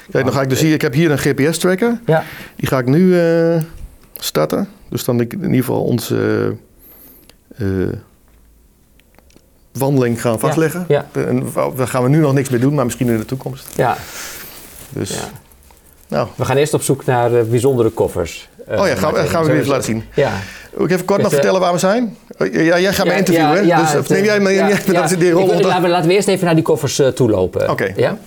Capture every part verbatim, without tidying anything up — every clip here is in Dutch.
Kijk, dan ga ik dus hier, ik heb hier een G P S-tracker. Ja. Die ga ik nu uh, starten. Dus dan ik in ieder geval onze uh, uh, wandeling gaan vastleggen. Ja. Ja. En daar gaan we nu nog niks mee doen, maar misschien in de toekomst. Ja. Dus, ja. Nou. We gaan eerst op zoek naar uh, bijzondere koffers. Uh, oh ja, gaan, gaan we nu even laten zien. Ja. Wil ik even kort dus, nog vertellen waar we zijn? Ja, jij gaat ja, me interviewen, ja, ja, dus het, neem jij maar ja, ja, ja. die rol ik, laten, we, laten we eerst even naar die koffers uh, toe lopen. Oké. Okay. Ja?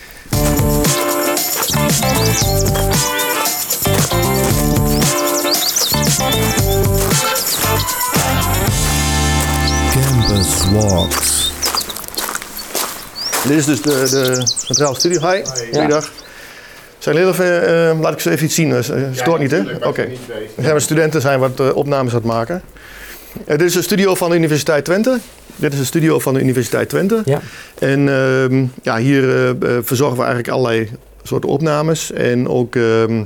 Campus Walks. Dit is dus de, de centrale studio. Hi, goeiedag. Zijn heel even, uh, laat ik ze even iets zien, uh, stoort ja, niet hè? Oké. Okay. Dan zijn we studenten zijn wat uh, opnames aan het maken. Uh, dit is de studio van de Universiteit Twente. Dit is de studio van de Universiteit Twente. Ja. En uh, ja, hier uh, verzorgen we eigenlijk allerlei soorten opnames en ook uh, uh,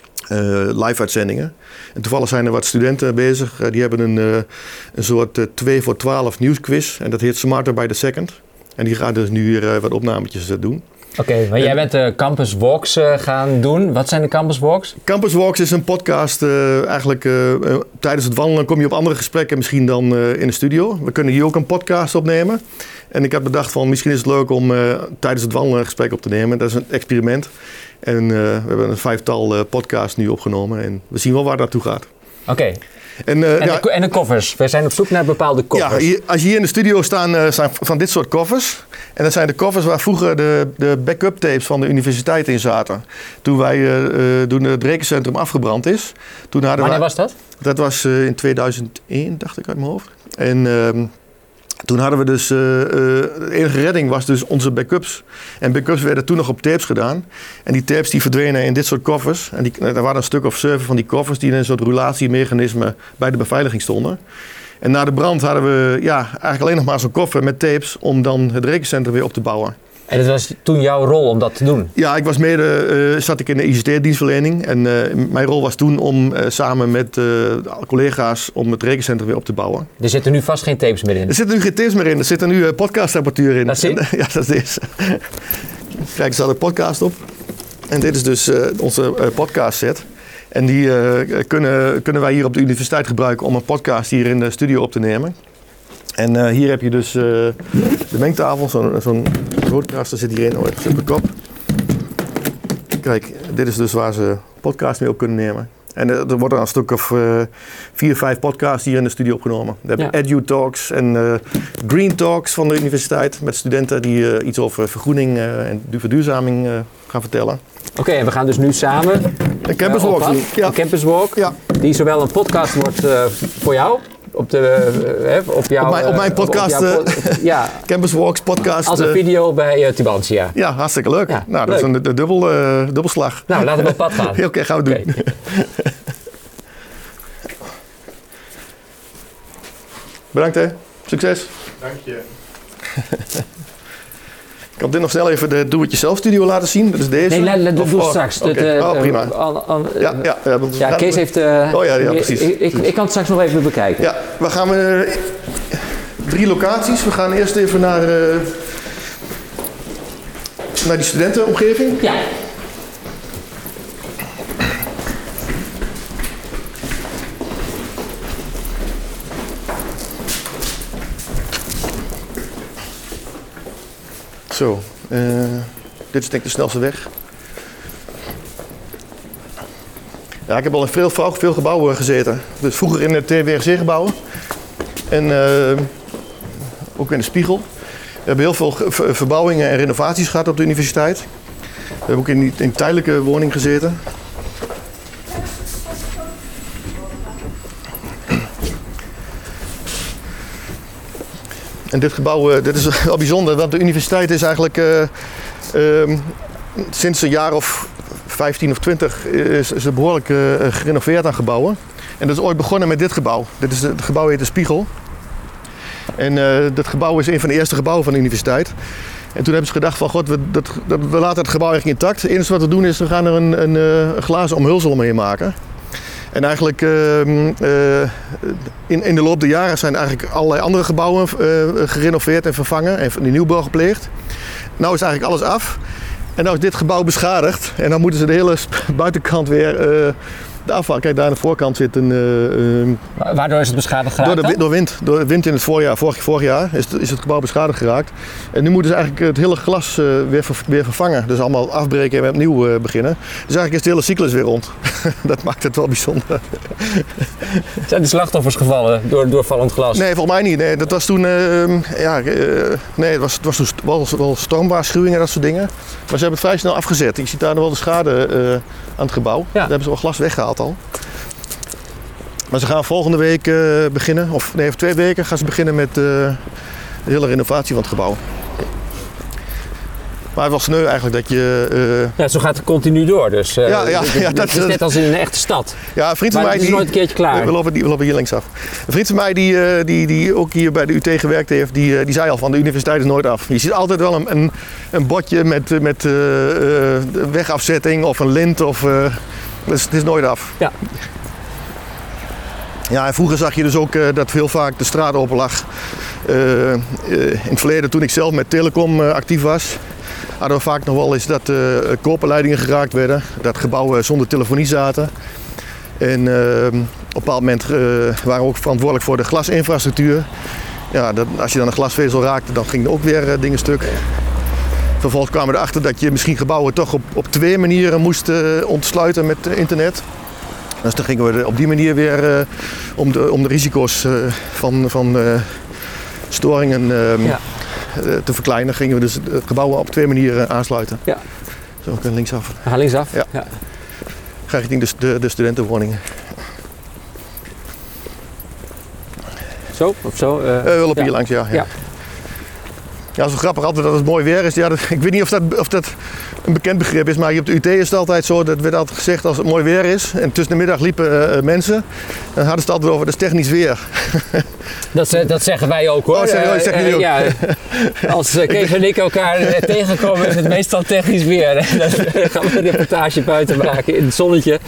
live uitzendingen. En toevallig zijn er wat studenten bezig. Uh, die hebben een, uh, een soort uh, twee voor twaalf nieuwsquiz. En dat heet Smarter by the Second. En die gaat dus nu weer uh, wat opnametjes uh, doen. Oké, okay, maar en, jij bent de Campus Walks uh, gaan doen. Wat zijn de Campus Walks? Campus Walks is een podcast. Uh, eigenlijk uh, uh, tijdens het wandelen kom je op andere gesprekken misschien dan uh, in de studio. We kunnen hier ook een podcast opnemen. En ik had bedacht van misschien is het leuk om uh, tijdens het wandelen een gesprek op te nemen. Dat is een experiment. En uh, we hebben een vijftal uh, podcasts nu opgenomen. En we zien wel waar dat naartoe gaat. Oké. Okay. En, uh, en, ja, de, en de koffers. We zijn op zoek naar bepaalde koffers. Ja, hier, als je hier in de studio staan, uh, zijn van dit soort koffers. En dat zijn de koffers waar vroeger de, de backup tapes van de universiteit in zaten. Toen, wij, uh, uh, toen het rekencentrum afgebrand is. Toen hadden Wanneer wij, was dat? Dat was uh, in tweeduizend één, dacht ik uit mijn hoofd. En uh, toen hadden we dus, uh, uh, de enige redding was dus onze backups. En backups werden toen nog op tapes gedaan. En die tapes die verdwenen in dit soort koffers. En die, er waren een stuk of zeven van die koffers die in een soort roulatiemechanisme bij de beveiliging stonden. En na de brand hadden we ja, eigenlijk alleen nog maar zo'n koffer met tapes om dan het rekencentrum weer op te bouwen. En het was toen jouw rol om dat te doen? Ja, ik was mede, uh, zat ik in de I C T-dienstverlening. En uh, mijn rol was toen om uh, samen met uh, collega's om het rekencentrum weer op te bouwen. Er zitten nu vast geen tapes meer in? Er zitten nu geen tapes meer in. Er zit er nu uh, podcastapparatuur in. Dat zie je? Ja, dat is. Kijk, er staat een podcast op. En dit is dus uh, onze uh, podcast set. En die uh, kunnen, kunnen wij hier op de universiteit gebruiken om een podcast hier in de studio op te nemen. En uh, hier heb je dus uh, de mengtafel, zo'n zo'n broadcaster zit hierin, oh, super kop. Kijk, dit is dus waar ze podcast mee op kunnen nemen. En uh, er worden een stuk of uh, vier, vijf podcasts hier in de studio opgenomen. We hebben ja. Edu Talks en uh, Green Talks van de universiteit met studenten die uh, iets over vergroening uh, en verduurzaming uh, gaan vertellen. Oké, okay, en we gaan dus nu samen een campus walk doen. Ja. Een campus walk, ja. Die zowel een podcast wordt uh, voor jou, op, de, uh, op, jouw, op, mijn, op mijn podcast, op jouw pod- uh, ja. Campus Walks podcast. Als een video bij uh, Tubantia. Ja, hartstikke leuk. Ja, nou, leuk. dat is een de, de dubbel, uh, dubbelslag. Nou, laten we op pad gaan. Oké, okay, gaan we doen. Okay. Bedankt hè, succes. Dank je. Ik kan dit nog snel even de Doe-het-jezelf studio laten zien. Dat is deze. Nee, la, la, doe oh, straks. Okay. Dat, uh, oh, prima. Uh, an, an, uh, ja, ja, ja, want, ja, Kees heeft... Uh, oh ja, ja precies. Ik, ik, ik kan het straks nog even bekijken. Ja, we gaan uh, drie locaties. We gaan eerst even naar, uh, naar die studentenomgeving. Ja. Zo, uh, dit is denk ik de snelste weg. Ja, ik heb al in veel, veel gebouwen gezeten. Dus vroeger in de T W R C-gebouwen. En uh, ook in de Spiegel. We hebben heel veel verbouwingen en renovaties gehad op de universiteit. We hebben ook in die in tijdelijke woning gezeten. En dit gebouw, dit is wel bijzonder, want de universiteit is eigenlijk uh, uh, sinds een jaar of vijftien of twintig is, is er behoorlijk uh, gerenoveerd aan gebouwen. En dat is ooit begonnen met dit gebouw. Dit is het gebouw heet de Spiegel. En uh, dat gebouw is een van de eerste gebouwen van de universiteit. En toen hebben ze gedacht van god, we, dat, dat, we laten het gebouw eigenlijk intact. Het enige wat we doen is, we gaan er een, een, een glazen omhulsel omheen maken. En eigenlijk uh, uh, in, in de loop der jaren zijn eigenlijk allerlei andere gebouwen uh, gerenoveerd en vervangen en die nieuwbouw gepleegd. Nou is eigenlijk alles af. En nou is dit gebouw beschadigd. En dan moeten ze de hele buitenkant weer uh, de afval. Kijk, daar aan de voorkant zit een... Uh, uh, Waardoor is het beschadigd geraakt door, de, door wind. Door wind in het voorjaar. Vorig, vorig jaar is het, is het gebouw beschadigd geraakt. En nu moeten ze eigenlijk het hele glas uh, weer, ver, weer vervangen. Dus allemaal afbreken en weer opnieuw uh, beginnen. Dus eigenlijk is de hele cyclus weer rond. Dat maakt het wel bijzonder. Zijn de slachtoffers gevallen door, door vallend glas? Nee, volgens mij niet. Nee, dat was toen... Uh, ja, uh, nee, het was, het was toen wel, wel stormwaarschuwingen en dat soort dingen. Maar ze hebben het vrij snel afgezet. Je ziet daar nog wel de schade uh, aan het gebouw. Ja. Daar hebben ze wel glas weggehaald al. Maar ze gaan volgende week uh, beginnen, of nee, over twee weken gaan ze beginnen met uh, de hele renovatie van het gebouw. Maar het was sneu eigenlijk dat je... Uh... Ja, zo gaat het continu door. Dus uh, ja, ja, het, ja, het, dat het is net als in een echte stad. Ja, een vriend van maar mij het is die, nooit een keertje klaar. We lopen, die, we lopen hier linksaf. Een vriend van mij die, uh, die, die ook hier bij de U T gewerkt heeft, die, uh, die zei al van de universiteit is nooit af. Je ziet altijd wel een, een, een bordje met, met uh, uh, wegafzetting of een lint. Of, uh, dus het is nooit af. Ja. Ja, en vroeger zag je dus ook uh, dat heel vaak de straat open lag. Uh, uh, in het verleden, toen ik zelf met telecom uh, actief was, hadden we vaak nog wel eens dat uh, koperleidingen geraakt werden. Dat gebouwen zonder telefonie zaten. En uh, op een bepaald moment uh, waren we ook verantwoordelijk voor de glasinfrastructuur. Ja, dat, als je dan een glasvezel raakte, dan gingen er ook weer uh, dingen stuk. Vervolgens kwamen we erachter dat je misschien gebouwen toch op, op twee manieren moest uh, ontsluiten met uh, internet. Dus dan gingen we op die manier weer uh, om, de, om de risico's uh, van, van uh, storingen uh, ja. uh, te verkleinen, gingen we dus het gebouwen op twee manieren aansluiten. Ja. Zo ook linksaf. Ga linksaf? Ja. ja. Ga richting de, de, de studentenwoningen. Zo? Of zo? Uh, uh, we lopen ja. hier langs, ja. ja. ja. Ja, het is wel grappig altijd dat het mooi weer is. Ja, dat, ik weet niet of dat, of dat een bekend begrip is, maar hier op de U T is het altijd zo. Dat werd altijd gezegd als het mooi weer is en tussen de middag liepen uh, mensen. Dan hadden ze het altijd over, dat is technisch weer. Dat, dat zeggen wij ook hoor. Oh, zeg, uh, zeg uh, ook. Ja, als uh, Kees en ik elkaar uh, tegenkomen is het meestal technisch weer. Dan gaan we een reportage buiten maken in het zonnetje.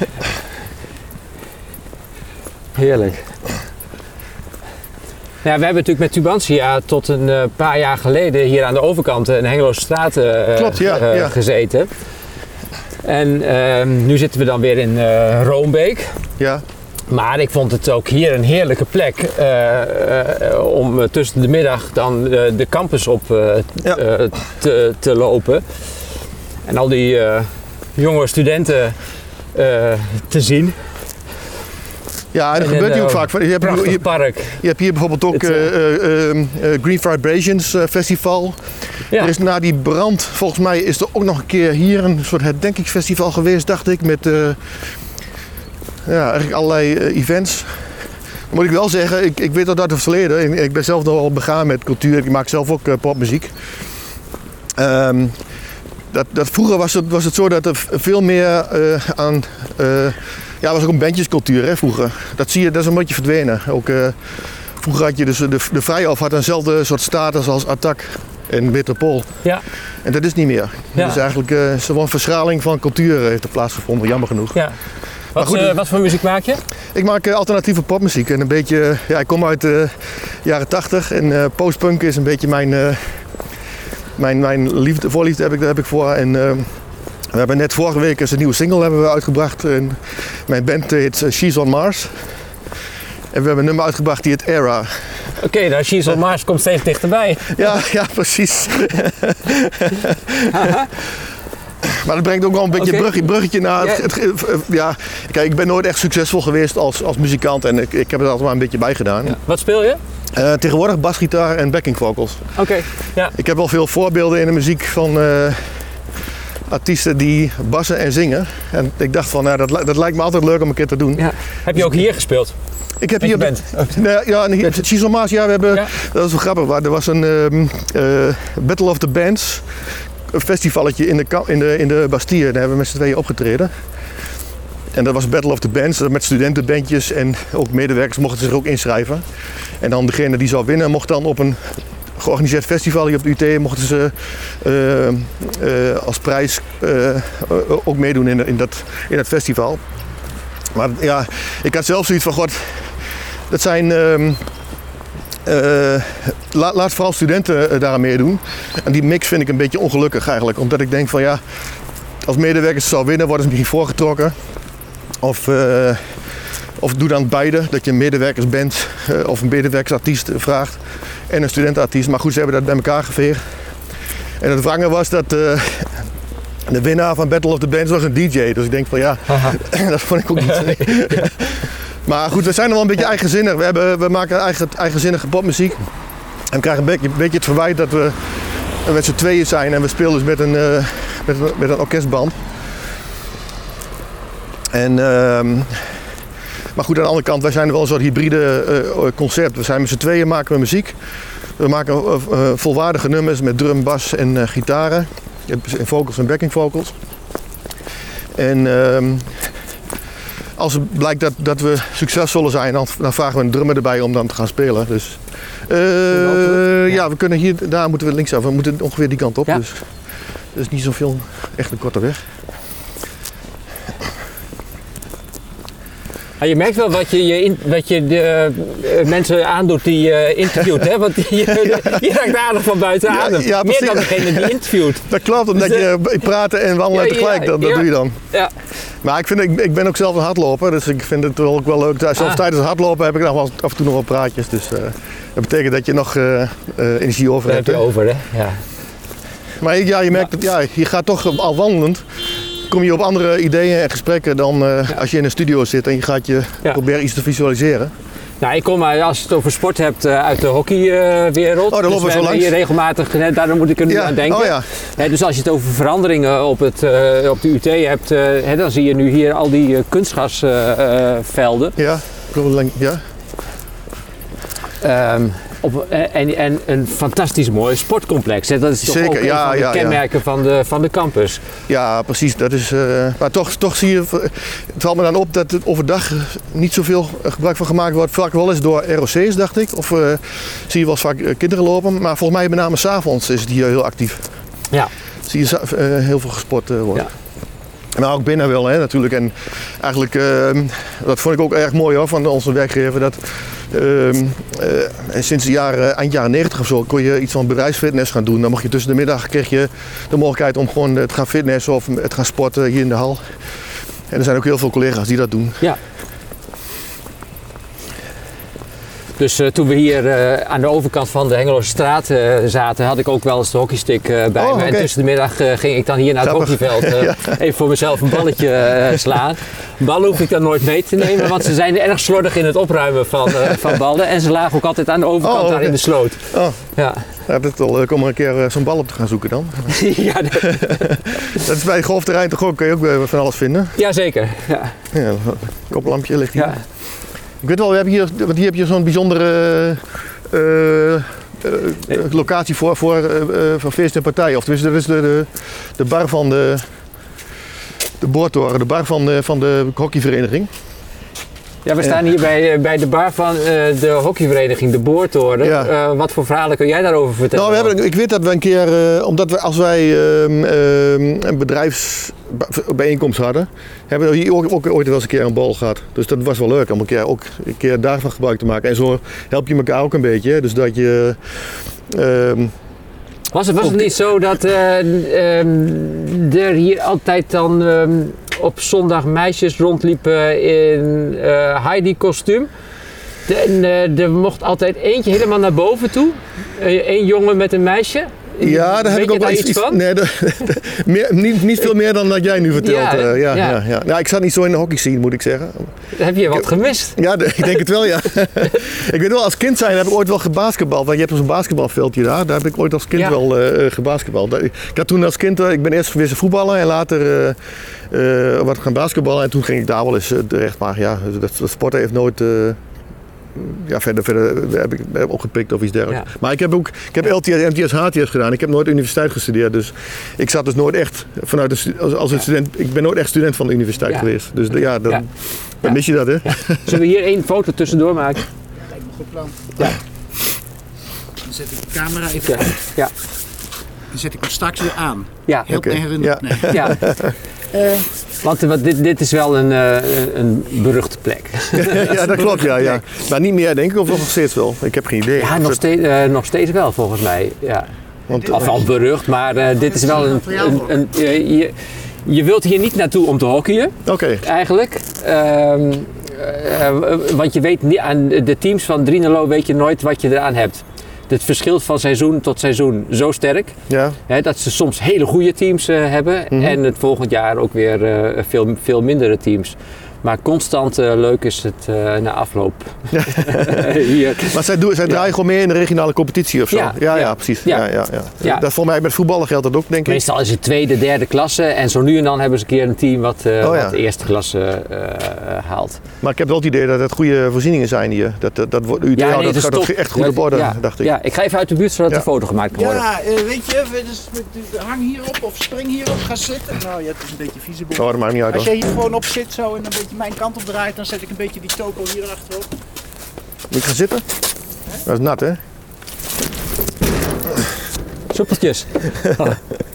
Heerlijk. Ja, we hebben natuurlijk met Tubantia tot een uh, paar jaar geleden hier aan de overkant in Hengeloze Straat uh, Klopt, ja, uh, ja. gezeten. En uh, nu zitten we dan weer in uh, Roombeek. Ja. Maar ik vond het ook hier een heerlijke plek uh, uh, om uh, tussen de middag dan uh, de campus op uh, ja. uh, te, te lopen. En al die uh, jonge studenten uh, te zien. Ja, en dat en gebeurt hier ook vaak. Je hebt hier, park. Je hebt hier bijvoorbeeld ook het uh, uh, uh, Green Vibrations uh, Festival. Ja. Er is na die brand, volgens mij is er ook nog een keer hier een soort herdenkingsfestival geweest, dacht ik. Met uh, ja, eigenlijk allerlei uh, events. Dan moet ik wel zeggen, ik, ik weet dat uit het verleden. Ik ben zelf nog wel begaan met cultuur. Ik maak zelf ook uh, popmuziek. Um, dat, dat vroeger was het, was het zo dat er veel meer uh, aan... Uh, Ja, het was ook een bandjescultuur hè, vroeger. Dat zie je, dat is een beetje verdwenen. Ook, uh, vroeger had je dus de, de Vrijhof had eenzelfde soort status als Attack en Metropool. Ja. En dat is niet meer. Ja. Dus eigenlijk uh, zo'n verschraling van cultuur heeft er plaatsgevonden, jammer genoeg. Ja. Wat, goed, uh, wat voor muziek maak je? Ik maak uh, alternatieve popmuziek en een beetje, ja, ik kom uit de jaren tachtig en uh, postpunk is een beetje mijn, uh, mijn, mijn liefde, voorliefde heb ik, daar heb ik voor. En, uh, we hebben net vorige week eens een nieuwe single hebben we uitgebracht. En mijn band heet She's on Mars. En we hebben een nummer uitgebracht die heet Era. Oké, okay, nou She's on Mars komt steeds dichterbij. Ja, ja, precies. Maar dat brengt ook wel een beetje okay. een bruggetje naar het, het, het, het, ja, kijk, ik ben nooit echt succesvol geweest als, als muzikant en ik, ik heb er altijd maar een beetje bij gedaan. Ja. Wat speel je? Uh, tegenwoordig basgitaar en backing vocals. Oké, okay. ja. Ik heb wel veel voorbeelden in de muziek van... Uh, artiesten die bassen en zingen. En ik dacht van, nou, dat, dat lijkt me altijd leuk om een keer te doen. Ja. Heb je ook hier gespeeld? Ik heb hier... Band? Nee, ja, She's on Mars, ja, we hebben... Ja. Dat is wel grappig. Er was een um, uh, Battle of the Bands. Een festivalletje in de, in de, in de Bastille. Daar hebben we met z'n tweeën opgetreden. En dat was Battle of the Bands. Met studentenbandjes en ook medewerkers mochten zich ook inschrijven. En dan degene die zou winnen mocht dan op een... georganiseerd festival hier op de U T mochten ze uh, uh, als prijs uh, uh, ook meedoen in, in, dat, in dat festival. Maar ja, ik had zelf zoiets van, god, dat zijn uh, uh, laat, laat vooral studenten uh, daaraan meedoen. En die mix vind ik een beetje ongelukkig eigenlijk. Omdat ik denk van ja, als medewerkers zou winnen worden ze misschien voorgetrokken. Of, uh, of doe dan beide, dat je een medewerkers bent uh, of een medewerkersartiest vraagt. En een studentenartiest. Maar goed, ze hebben dat bij elkaar geveegd. En het wrange was dat uh, de winnaar van Battle of the Bands was een D J. Dus ik denk van ja, dat vond ik ook niet. Ja. Maar goed, we zijn er wel een beetje eigenzinnig. We, hebben, we maken eigen, eigenzinnige popmuziek. En we krijgen een beetje, een beetje het verwijt dat we met z'n tweeën zijn. En we spelen dus met een, uh, met een, met een orkestband. En, uh, maar goed, aan de andere kant, wij zijn wel een soort hybride uh, concept. We zijn met z'n tweeën, maken we muziek. We maken uh, uh, volwaardige nummers met drum, bas en uh, gitaren. En vocals en backing vocals. En uh, als het blijkt dat, dat we succesvol zijn, dan, dan vragen we een drummer erbij om dan te gaan spelen. Dus, uh, ja. ja, we kunnen hier, daar moeten we linksaf. We moeten ongeveer die kant op. Ja. Dus er is niet zoveel, echt een korte weg. Ja, je merkt wel wat je, je, in, wat je de uh, mensen aandoet die je uh, interviewt, hè? Want je, ja. je raakt aardig van buiten ja, adem. Ja, meer dan degene die interviewt. Dat klopt, omdat dus, uh, je praten en wandelen ja, tegelijk, ja, dat, dat ja. doe je dan. Ja. Maar ik, vind, ik, ik ben ook zelf een hardloper, dus ik vind het wel ook wel leuk. Zelfs ah. tijdens het hardlopen heb ik nog wel af en toe nog wel praatjes. Dus uh, dat betekent dat je nog uh, uh, energie over dat hebt. heb je over, hè? Ja. Maar ja, je merkt dat ja, je gaat toch al wandelend. Kom je op andere ideeën en gesprekken dan uh, ja. als je in een studio zit en je gaat je ja. proberen iets te visualiseren. Nou, ik kom maar als je het over sport hebt uh, uit de hockeywereld. Uh, oh, daar lopen dus we zo langs. Hier regelmatig, uh, daarom moet ik er nu ja. aan denken. Oh, ja. uh, dus als je het over veranderingen op, het, uh, op de U T hebt, uh, hè, dan zie je nu hier al die uh, kunstgrasvelden. Uh, ja, ja. Um, Op, en, en een fantastisch mooi sportcomplex. Hè? Dat is toch Zeker, ook een ja, van de ja, kenmerken ja. Van, de, van de campus. Ja, precies. Dat is, uh, maar toch, toch zie je, het valt me dan op dat er overdag niet zoveel gebruik van gemaakt wordt. Vaak wel eens door R O C's, dacht ik. Of uh, zie je wel eens vaak kinderen lopen. Maar volgens mij met name 's avonds is het hier heel actief. Ja. Zie je uh, heel veel gesport uh, worden. Ja. Maar ook binnen wel, hè, natuurlijk. En eigenlijk, uh, dat vond ik ook erg mooi hoor, van onze werkgever. Dat, uh, uh, sinds de jaren, eind jaren negentig of zo kon je iets van bedrijfsfitness gaan doen. Dan mocht je tussen de middag kreeg je de mogelijkheid om gewoon te gaan fitnessen of te gaan sporten hier in de hal. En er zijn ook heel veel collega's die dat doen. Ja. Dus uh, toen we hier uh, aan de overkant van de Hengeloze uh, zaten, had ik ook wel eens de hockeystick uh, bij oh, me. Okay. En tussen de middag uh, ging ik dan hier naar het hockeyveld uh, ja. even voor mezelf een balletje uh, slaan. Ballen hoef ik dan nooit mee te nemen, want ze zijn erg slordig in het opruimen van, uh, van ballen. En ze lagen ook altijd aan de overkant oh, okay. daar in de sloot. Oh. Ja. Ja, dat is wel leuk om er een keer uh, zo'n bal op te gaan zoeken dan. ja, dat... dat is bij het golfterrein toch ook, kun je ook van alles vinden? Jazeker. Ja. Ja, een koplampje ligt hier. Ja. Ik weet wel, we hebben hier, want hier heb je zo'n bijzondere uh, uh, nee. locatie voor, voor, uh, voor feesten en partijen. Of tenminste, dat is de, de, de bar van de, de Boortoren, de bar van de, van de hockeyvereniging. Ja, we staan hier bij, bij de bar van uh, de hockeyvereniging, de Boortoren. Ja. Uh, wat voor verhalen kun jij daarover vertellen? Nou, we hebben, ik weet dat we een keer, uh, omdat we als wij uh, uh, een bedrijfsbijeenkomst hadden, hebben we hier ook, ook ooit wel eens een keer een bal gehad. Dus dat was wel leuk om een keer, ook een keer daarvan gebruik te maken. En zo help je elkaar ook een beetje. Dus dat je... Uh, was het, was het niet zo dat uh, uh, er hier altijd dan... Uh, op zondag meisjes rondliepen in uh, Heidi-kostuum. En uh, er mocht altijd eentje helemaal naar boven toe. Eén uh, jongen met een meisje. Ja, daar heb ik ook wel iets, iets van. Nee, de, de, meer, niet, niet veel meer dan dat jij nu vertelt. Ja, uh, ja, ja. Ja, ja. Nou, ik zat niet zo in de hockey scene, moet ik zeggen. Heb je wat ik, gemist? Ja, de, ik denk het wel, ja. Ik weet wel, als kind zijn heb ik ooit wel gebasketbald. Want je hebt zo'n basketbalveldje daar. Daar heb ik ooit als kind ja. wel uh, gebasketbald. Ik had toen als kind, uh, ik ben eerst geweest voetballen en later uh, uh, wat gaan basketballen. En toen ging ik daar wel eens uh, terecht. Maar ja, dat, dat sporten heeft nooit... Uh, Ja, verder, verder heb ik heb opgepikt of iets dergelijks. Ja. Maar ik heb ook ik heb L T S, M T S, H T S gedaan. Ik heb nooit universiteit gestudeerd. Dus ik zat dus nooit echt vanuit de, als, als een ja. student. Ik ben nooit echt student van de universiteit ja. geweest. Dus ja, dan, ja. dan mis je dat, hè? Ja. Zullen we hier één foto tussendoor maken? Dat lijkt me een goed plan. Ja. Dan zet ik de camera even ja. uit. Ja. Dan zet ik hem straks weer aan. Ja. Heel okay. herinnerd. Ja. Nee. Ja. Uh, Want, want dit, dit is wel een, uh, een beruchte plek. Ja, dat klopt, ja, ja. Maar niet meer, denk ik, of nog steeds wel? Ik heb geen idee. Ja, nog steeds, uh, nog steeds wel, volgens mij. Ja. Want, Of al berucht, maar uh, dit is wel een... een, een uh, je, je wilt hier niet naartoe om te hockeyen, Oké. Okay. eigenlijk. Um, uh, want je weet niet, aan de teams van Drienelo weet je nooit wat je eraan hebt. Het verschilt van seizoen tot seizoen zo sterk. Ja. Hè, dat ze soms hele goede teams uh, hebben. Mm-hmm. En het volgend jaar ook weer uh, veel, veel mindere teams. Maar constant uh, leuk is het uh, na afloop. Hier. Maar zij, doen, zij draaien ja. gewoon mee in de regionale competitie of zo? Ja, ja, ja, ja precies. Ja. Ja, ja, ja. Ja. Dat, voor mij met voetballen geldt dat ook, denk ik. Meestal is het tweede, derde klasse. En zo nu en dan hebben ze een keer een team wat, uh, oh, ja. wat de eerste klasse uh, haalt. Maar ik heb wel het idee dat het goede voorzieningen zijn hier. Dat, dat, dat, u, ja, nee, dat gaat ook echt goed op orde, ja, dacht ik. Ja, ik ga even uit de buurt zodat ja. de foto gemaakt kan worden. Ja, uh, weet je, dus, hang hierop of spring hierop, ga zitten. Nou ja, het is een beetje vieze boel. Oh, dat maakt niet uit. Als jij hier gewoon op zit zo en een beetje mijn kant op draait, dan zet ik een beetje die toko hier achterop. Moet ik gaan zitten? He? Dat is nat, hè? Soepeltjes. Oh.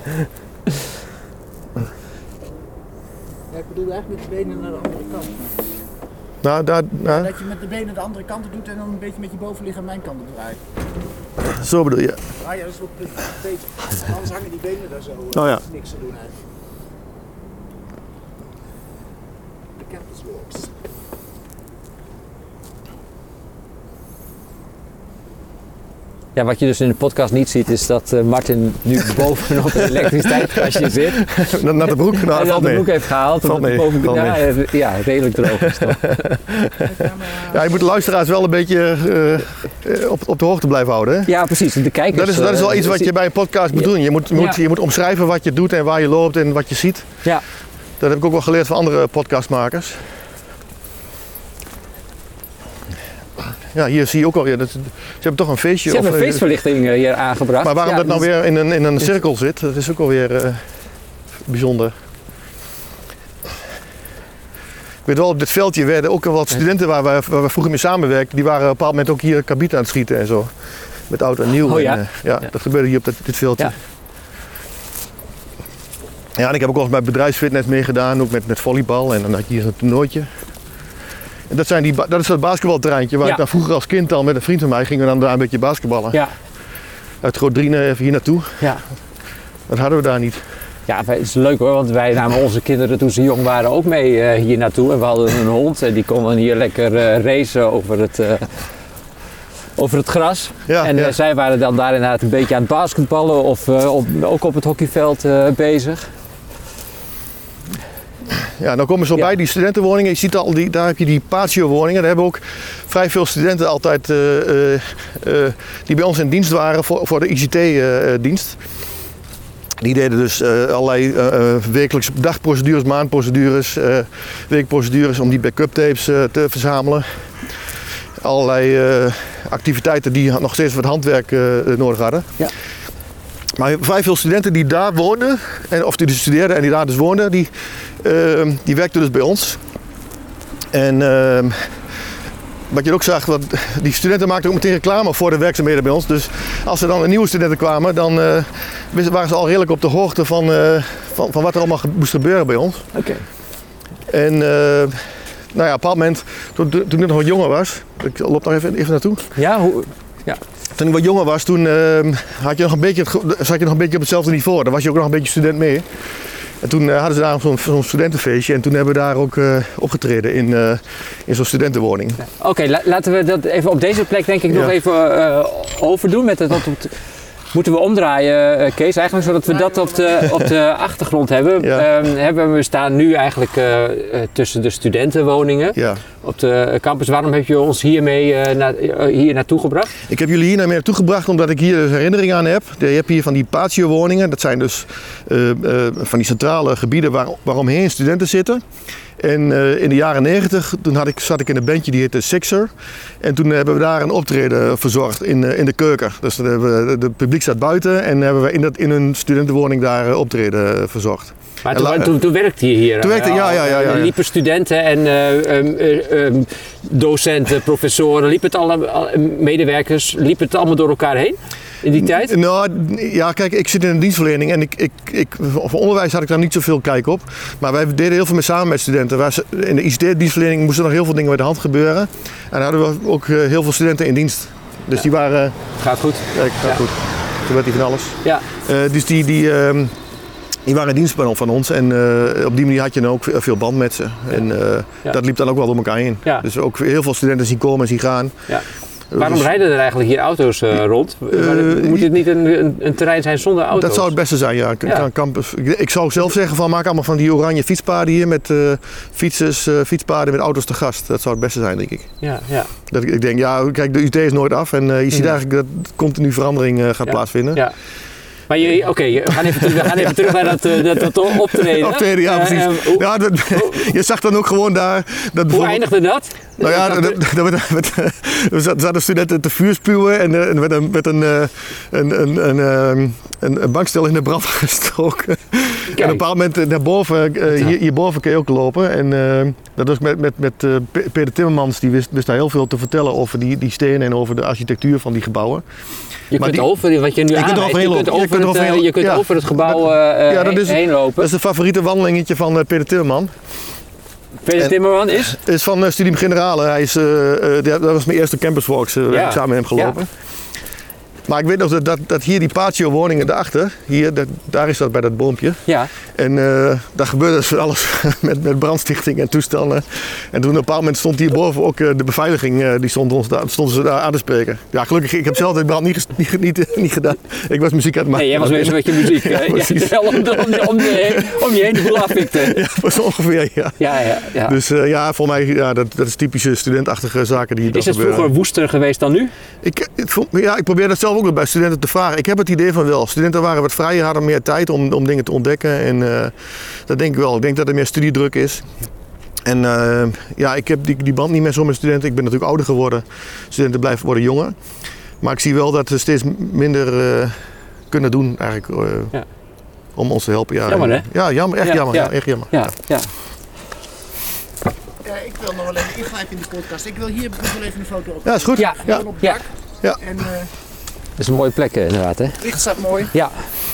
Ja, ik bedoel eigenlijk met de benen naar de andere kant. Nou, daar, nou. Dat je met de benen de andere kant doet en dan een beetje met je bovenlichaam mijn kant op draait. Zo bedoel je? Ah ja, dat is wel beter. Anders hangen die benen daar zo. Oh ja. Dat is niks te doen eigenlijk. De campus walks. Ja, wat je dus in de podcast niet ziet is dat uh, Martin nu bovenop een elektriciteitskastje zit. Naar de broek gehaald. Hij had de broek heeft gehaald. Valt mee. Boven, Valt ja, mee. ja, redelijk droog is toch. Ja, je moet de luisteraars wel een beetje uh, op, op de hoogte blijven houden. Hè? Ja, precies. De kijkers, dat, is, dat is wel iets wat je bij een podcast moet doen. Je moet, moet, ja. je moet omschrijven wat je doet en waar je loopt en wat je ziet. Ja. Dat heb ik ook wel geleerd van andere podcastmakers. Ja, hier zie je ook alweer, dat, ze hebben toch een feestje. Ze hebben of, een feestverlichting hier aangebracht. Maar waarom ja, dat nou weer in een, in een cirkel zit, dat is ook alweer uh, bijzonder. Ik weet wel, op dit veldje werden ook al wat studenten waar we, waar we vroeger mee samenwerkten, die waren op een bepaald moment ook hier kabiet aan het schieten en zo. Met oud en nieuw. Oh, ja? En, uh, ja, ja, dat gebeurde hier op dit, dit veldje. Ja. Ja, en ik heb ook wel eens bij bedrijfsfitness meegedaan, ook met, met volleybal en dan had je hier een toernooitje. En dat, zijn die, dat is dat basketbalterreintje waar ja. ik dan vroeger als kind al met een vriend van mij gingen we dan daar een beetje basketballen. Ja. Uit Groot-Drienen even hier naartoe. Ja. Dat hadden we daar niet. Ja, het is leuk hoor, want wij namen onze kinderen toen ze jong waren ook mee uh, hier naartoe. En we hadden een hond en die konden hier lekker uh, racen over het, uh, over het gras. Ja, en uh, ja. zij waren dan daar inderdaad een beetje aan het basketballen of uh, op, ook op het hockeyveld uh, bezig. Ja, dan komen we zo ja. bij die studentenwoningen. Je ziet al, die, daar heb je die patio-woningen. Daar hebben ook vrij veel studenten altijd uh, uh, uh, die bij ons in dienst waren voor, voor de I C T-dienst. Uh, die deden dus uh, allerlei uh, wekelijkse dagprocedures, maandprocedures, uh, weekprocedures om die backup tapes uh, te verzamelen. Allerlei uh, activiteiten die nog steeds wat handwerk uh, nodig hadden. Ja. Maar vrij veel studenten die daar woonden, en, of die dus studeerden en die daar dus woonden, die, uh, die werkten dus bij ons. En uh, wat je ook zag, wat, die studenten maakten ook meteen reclame voor de werkzaamheden bij ons. Dus als er dan een nieuwe studenten kwamen, dan uh, waren ze al redelijk op de hoogte van, uh, van, van wat er allemaal moest gebeuren bij ons. Oké. Okay. En uh, nou ja, op een bepaald moment, toen, toen ik nog wat jonger was, ik loop nog even, even naartoe. Ja, hoe... Ja. Toen ik wat jonger was, toen uh, had je nog een beetje, zat je nog een beetje op hetzelfde niveau. Dan was je ook nog een beetje student mee. En toen uh, hadden ze daar zo'n, zo'n studentenfeestje en toen hebben we daar ook uh, opgetreden in, uh, in zo'n studentenwoning. Ja. Oké, okay, la- laten we dat even op deze plek denk ik nog ja. even uh, overdoen. Met het, wat het, moeten we omdraaien, uh, Kees, eigenlijk zodat we dat op de, op de achtergrond hebben. Ja. Um, hebben. We staan nu eigenlijk uh, tussen de studentenwoningen ja. op de campus. Waarom heb je ons hiermee uh, na, uh, hier naartoe gebracht? Ik heb jullie hier naar naartoe gebracht omdat ik hier dus herinnering aan heb. Je hebt hier van die patio-woningen. Dat zijn dus uh, uh, van die centrale gebieden waar, waaromheen studenten zitten. En uh, in de jaren negentig, toen had ik, zat ik in een bandje die heette Sixer. En toen hebben we daar een optreden verzorgd in, uh, in de keuken. Dus het uh, publiek staat buiten en hebben we in, dat, in een studentenwoning daar uh, optreden uh, verzorgd. Maar toen, la- toen, toen werkte je hier? Toen werkte, ja, ja, ja, ja, ja. Liepen studenten en uh, um, um, docenten, professoren, liepen het alle, alle medewerkers, liepen het allemaal door elkaar heen? in die tijd? Nou, ja, kijk, ik zit in een dienstverlening en ik, ik, ik, voor onderwijs had ik daar niet zoveel kijk op. Maar wij deden heel veel mee samen met studenten. Wij, in de I C T-dienstverlening moesten nog heel veel dingen bij de hand gebeuren. En daar hadden we ook heel veel studenten in dienst. Dus ja. die waren... Gaat goed. Kijk, gaat ja. goed. Toen werd hij van alles. Ja. Uh, dus die... die uh, Die waren in dienst van ons en uh, op die manier had je dan ook veel band met ze. Ja. En uh, ja. dat liep dan ook wel door elkaar heen. Ja. Dus ook heel veel studenten zien komen en zien gaan. Ja. Waarom dus, rijden er eigenlijk hier auto's uh, rond? Uh, Moet dit niet een, een, een terrein zijn zonder auto's? Dat zou het beste zijn, ja. ja. Campus. Ik zou zelf zeggen van maak allemaal van die oranje fietspaden hier met uh, fietsers, uh, fietspaden met auto's te gast. Dat zou het beste zijn, denk ik. Ja, ja. Dat ik, ik denk, ja, kijk, de U T is nooit af en uh, je ziet ja. eigenlijk dat continu verandering uh, gaat ja. plaatsvinden. Ja. Maar oké, okay, we gaan even, terug, we gaan even terug naar dat, dat, dat optreden. Optreden, ja, precies. Uh, uh, hoe, ja, dat, je zag dan ook gewoon daar... Dat hoe eindigde dat? Nou ja, er zaten studenten te vuur spuwen en er werd een, met een, een, een, een, een, een bankstel in de brand gestoken. Kijk. En op een bepaald moment daarboven, uh, hier, hierboven kun je ook lopen. En uh, dat was met, met, met uh, Peter Timmermans, die wist, wist daar heel veel te vertellen over die, die stenen en over de architectuur van die gebouwen. Je maar kunt die, over, wat je nu aanrijdt, je kunt over, je kunt over, het, je kunt ja, over het gebouw uh, ja, dat is, heen lopen. Dat is het favoriete wandelingetje van uh, Peter Timmerman. Peter en, Timmerman is? Is van uh, Studium Generale. Hij is, uh, uh, dat was mijn eerste campuswalks. Uh, ja. Samen met hem gelopen. Ja. Maar ik weet nog dat, dat, dat hier die patio woningen daarachter, hier, dat, daar is dat bij dat boompje. Ja. En uh, daar gebeurde dus alles met, met brandstichting en toestanden. En toen op een bepaald moment stond hierboven ook uh, de beveiliging, uh, die stond ons daar, stonden ze daar aan te spreken. Ja, gelukkig, ik heb zelf de brand niet, niet, niet, niet gedaan. Ik was muziek aan het maken. Nee, jij was bezig met je muziek. Ja, ja, om, de, om, de, om, de, om je heen de boel afvikte. Ja, was ongeveer, ja. Ja, ja, ja. Dus uh, ja, voor mij, ja, dat, dat is typische studentachtige zaken die Is het gebeuren. vroeger woester geweest dan nu? Ik, het, ja, ik probeer dat zelf ook bij studenten te vragen. Ik heb het idee van wel. Studenten waren wat vrijer, hadden meer tijd om, om dingen te ontdekken. En uh, dat denk ik wel. Ik denk dat er meer studiedruk is. En uh, ja, ik heb die, die band niet meer zo met studenten. Ik ben natuurlijk ouder geworden. Studenten blijven worden jonger. Maar ik zie wel dat ze steeds minder uh, kunnen doen eigenlijk. Uh, ja. Om ons te helpen. Ja, jammer hè? Ja, jammer. Echt ja, jammer. Ja. Ja, echt jammer. Ja, ja. Ja, ik wil nog wel even ingrijpen in de podcast. Ik wil hier nog wel even een foto op. Ja, is goed. Ja, ja. Op ja. ja. En, uh, dat is een mooie plek inderdaad hè? Het licht staat mooi. Ja.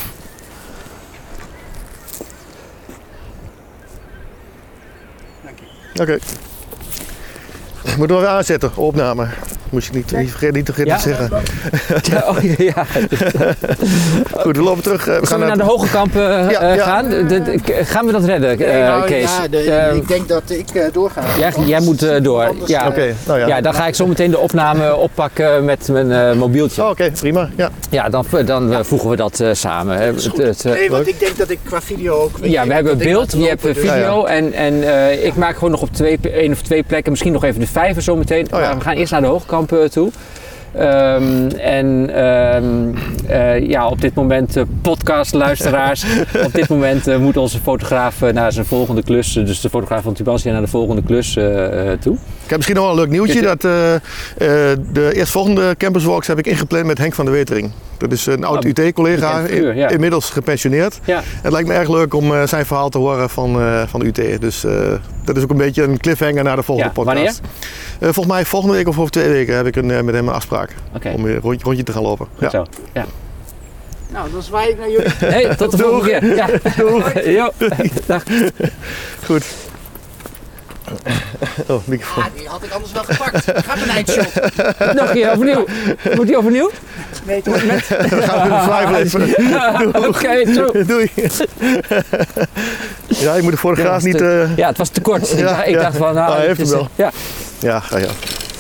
Dank je. Oké. Okay. Moeten we weer aanzetten, opname. Moest je niet, niet vergeten, niet vergeten ja? te zeggen. Ja, oh, ja. Goed, we lopen terug. We gaan we naar, naar de Hogekamp uh, ja, ja. gaan. De, de, gaan we dat redden, uh, nou, Kees? Ja, de, uh, ik denk dat ik uh, doorga. Jij, jij moet uh, door. Ja. Okay, nou ja. ja, dan ga ik zo meteen de opname oppakken met mijn uh, mobieltje. Oh, Oké, okay, prima. Ja, ja dan, dan uh, voegen we dat uh, samen. Hè. Het, het, uh, nee, want ik denk dat ik qua video ook... Ja, we hebben beeld, je hebt video ja, ja. en, en uh, ik maak gewoon nog op twee, één of twee plekken, misschien nog even de vijver zo meteen. Oh, ja. We gaan eerst naar de Hogekamp uh, toe. Um, en um, uh, ja, op dit moment uh, podcastluisteraars. Op dit moment uh, moet onze fotograaf uh, naar zijn volgende klus, uh, dus de fotograaf van Tubantia naar de volgende klus uh, uh, toe. Ik heb misschien nog wel een leuk nieuwtje. Dat, uh, uh, de eerstvolgende campuswalks heb ik ingepland met Henk van der Wetering. Dat is een oud U T-collega, in, ja. inmiddels gepensioneerd. Ja. Het lijkt me erg leuk om uh, zijn verhaal te horen van, uh, van de U T. Dus uh, dat is ook een beetje een cliffhanger naar de volgende ja, podcast. Wanneer? Uh, volgens mij volgende week of over twee weken heb ik een, uh, met hem een afspraak. Okay. Om een rondje, rondje te gaan lopen. Ja. Zo. Ja. Nou, dan zwaai ik naar jullie. Hey, tot de volgende keer. Ja. Jo. Dag. Goed. Oh, microfoon. Ah, die had ik anders wel gepakt. Ga mijn eindshot. Nog een keer, overnieuw. Moet die overnieuw? Nee, toch? Met... Dan gaan we zwijgen even. Oké, okay, zo. Doei. Ja, je moet de fotograaf ja, niet... Uh... Ja, het was te kort. Ja, ik dacht, ik ja. dacht van, nou... Ah, hij heeft hem wel. Ja, ja, ga ja.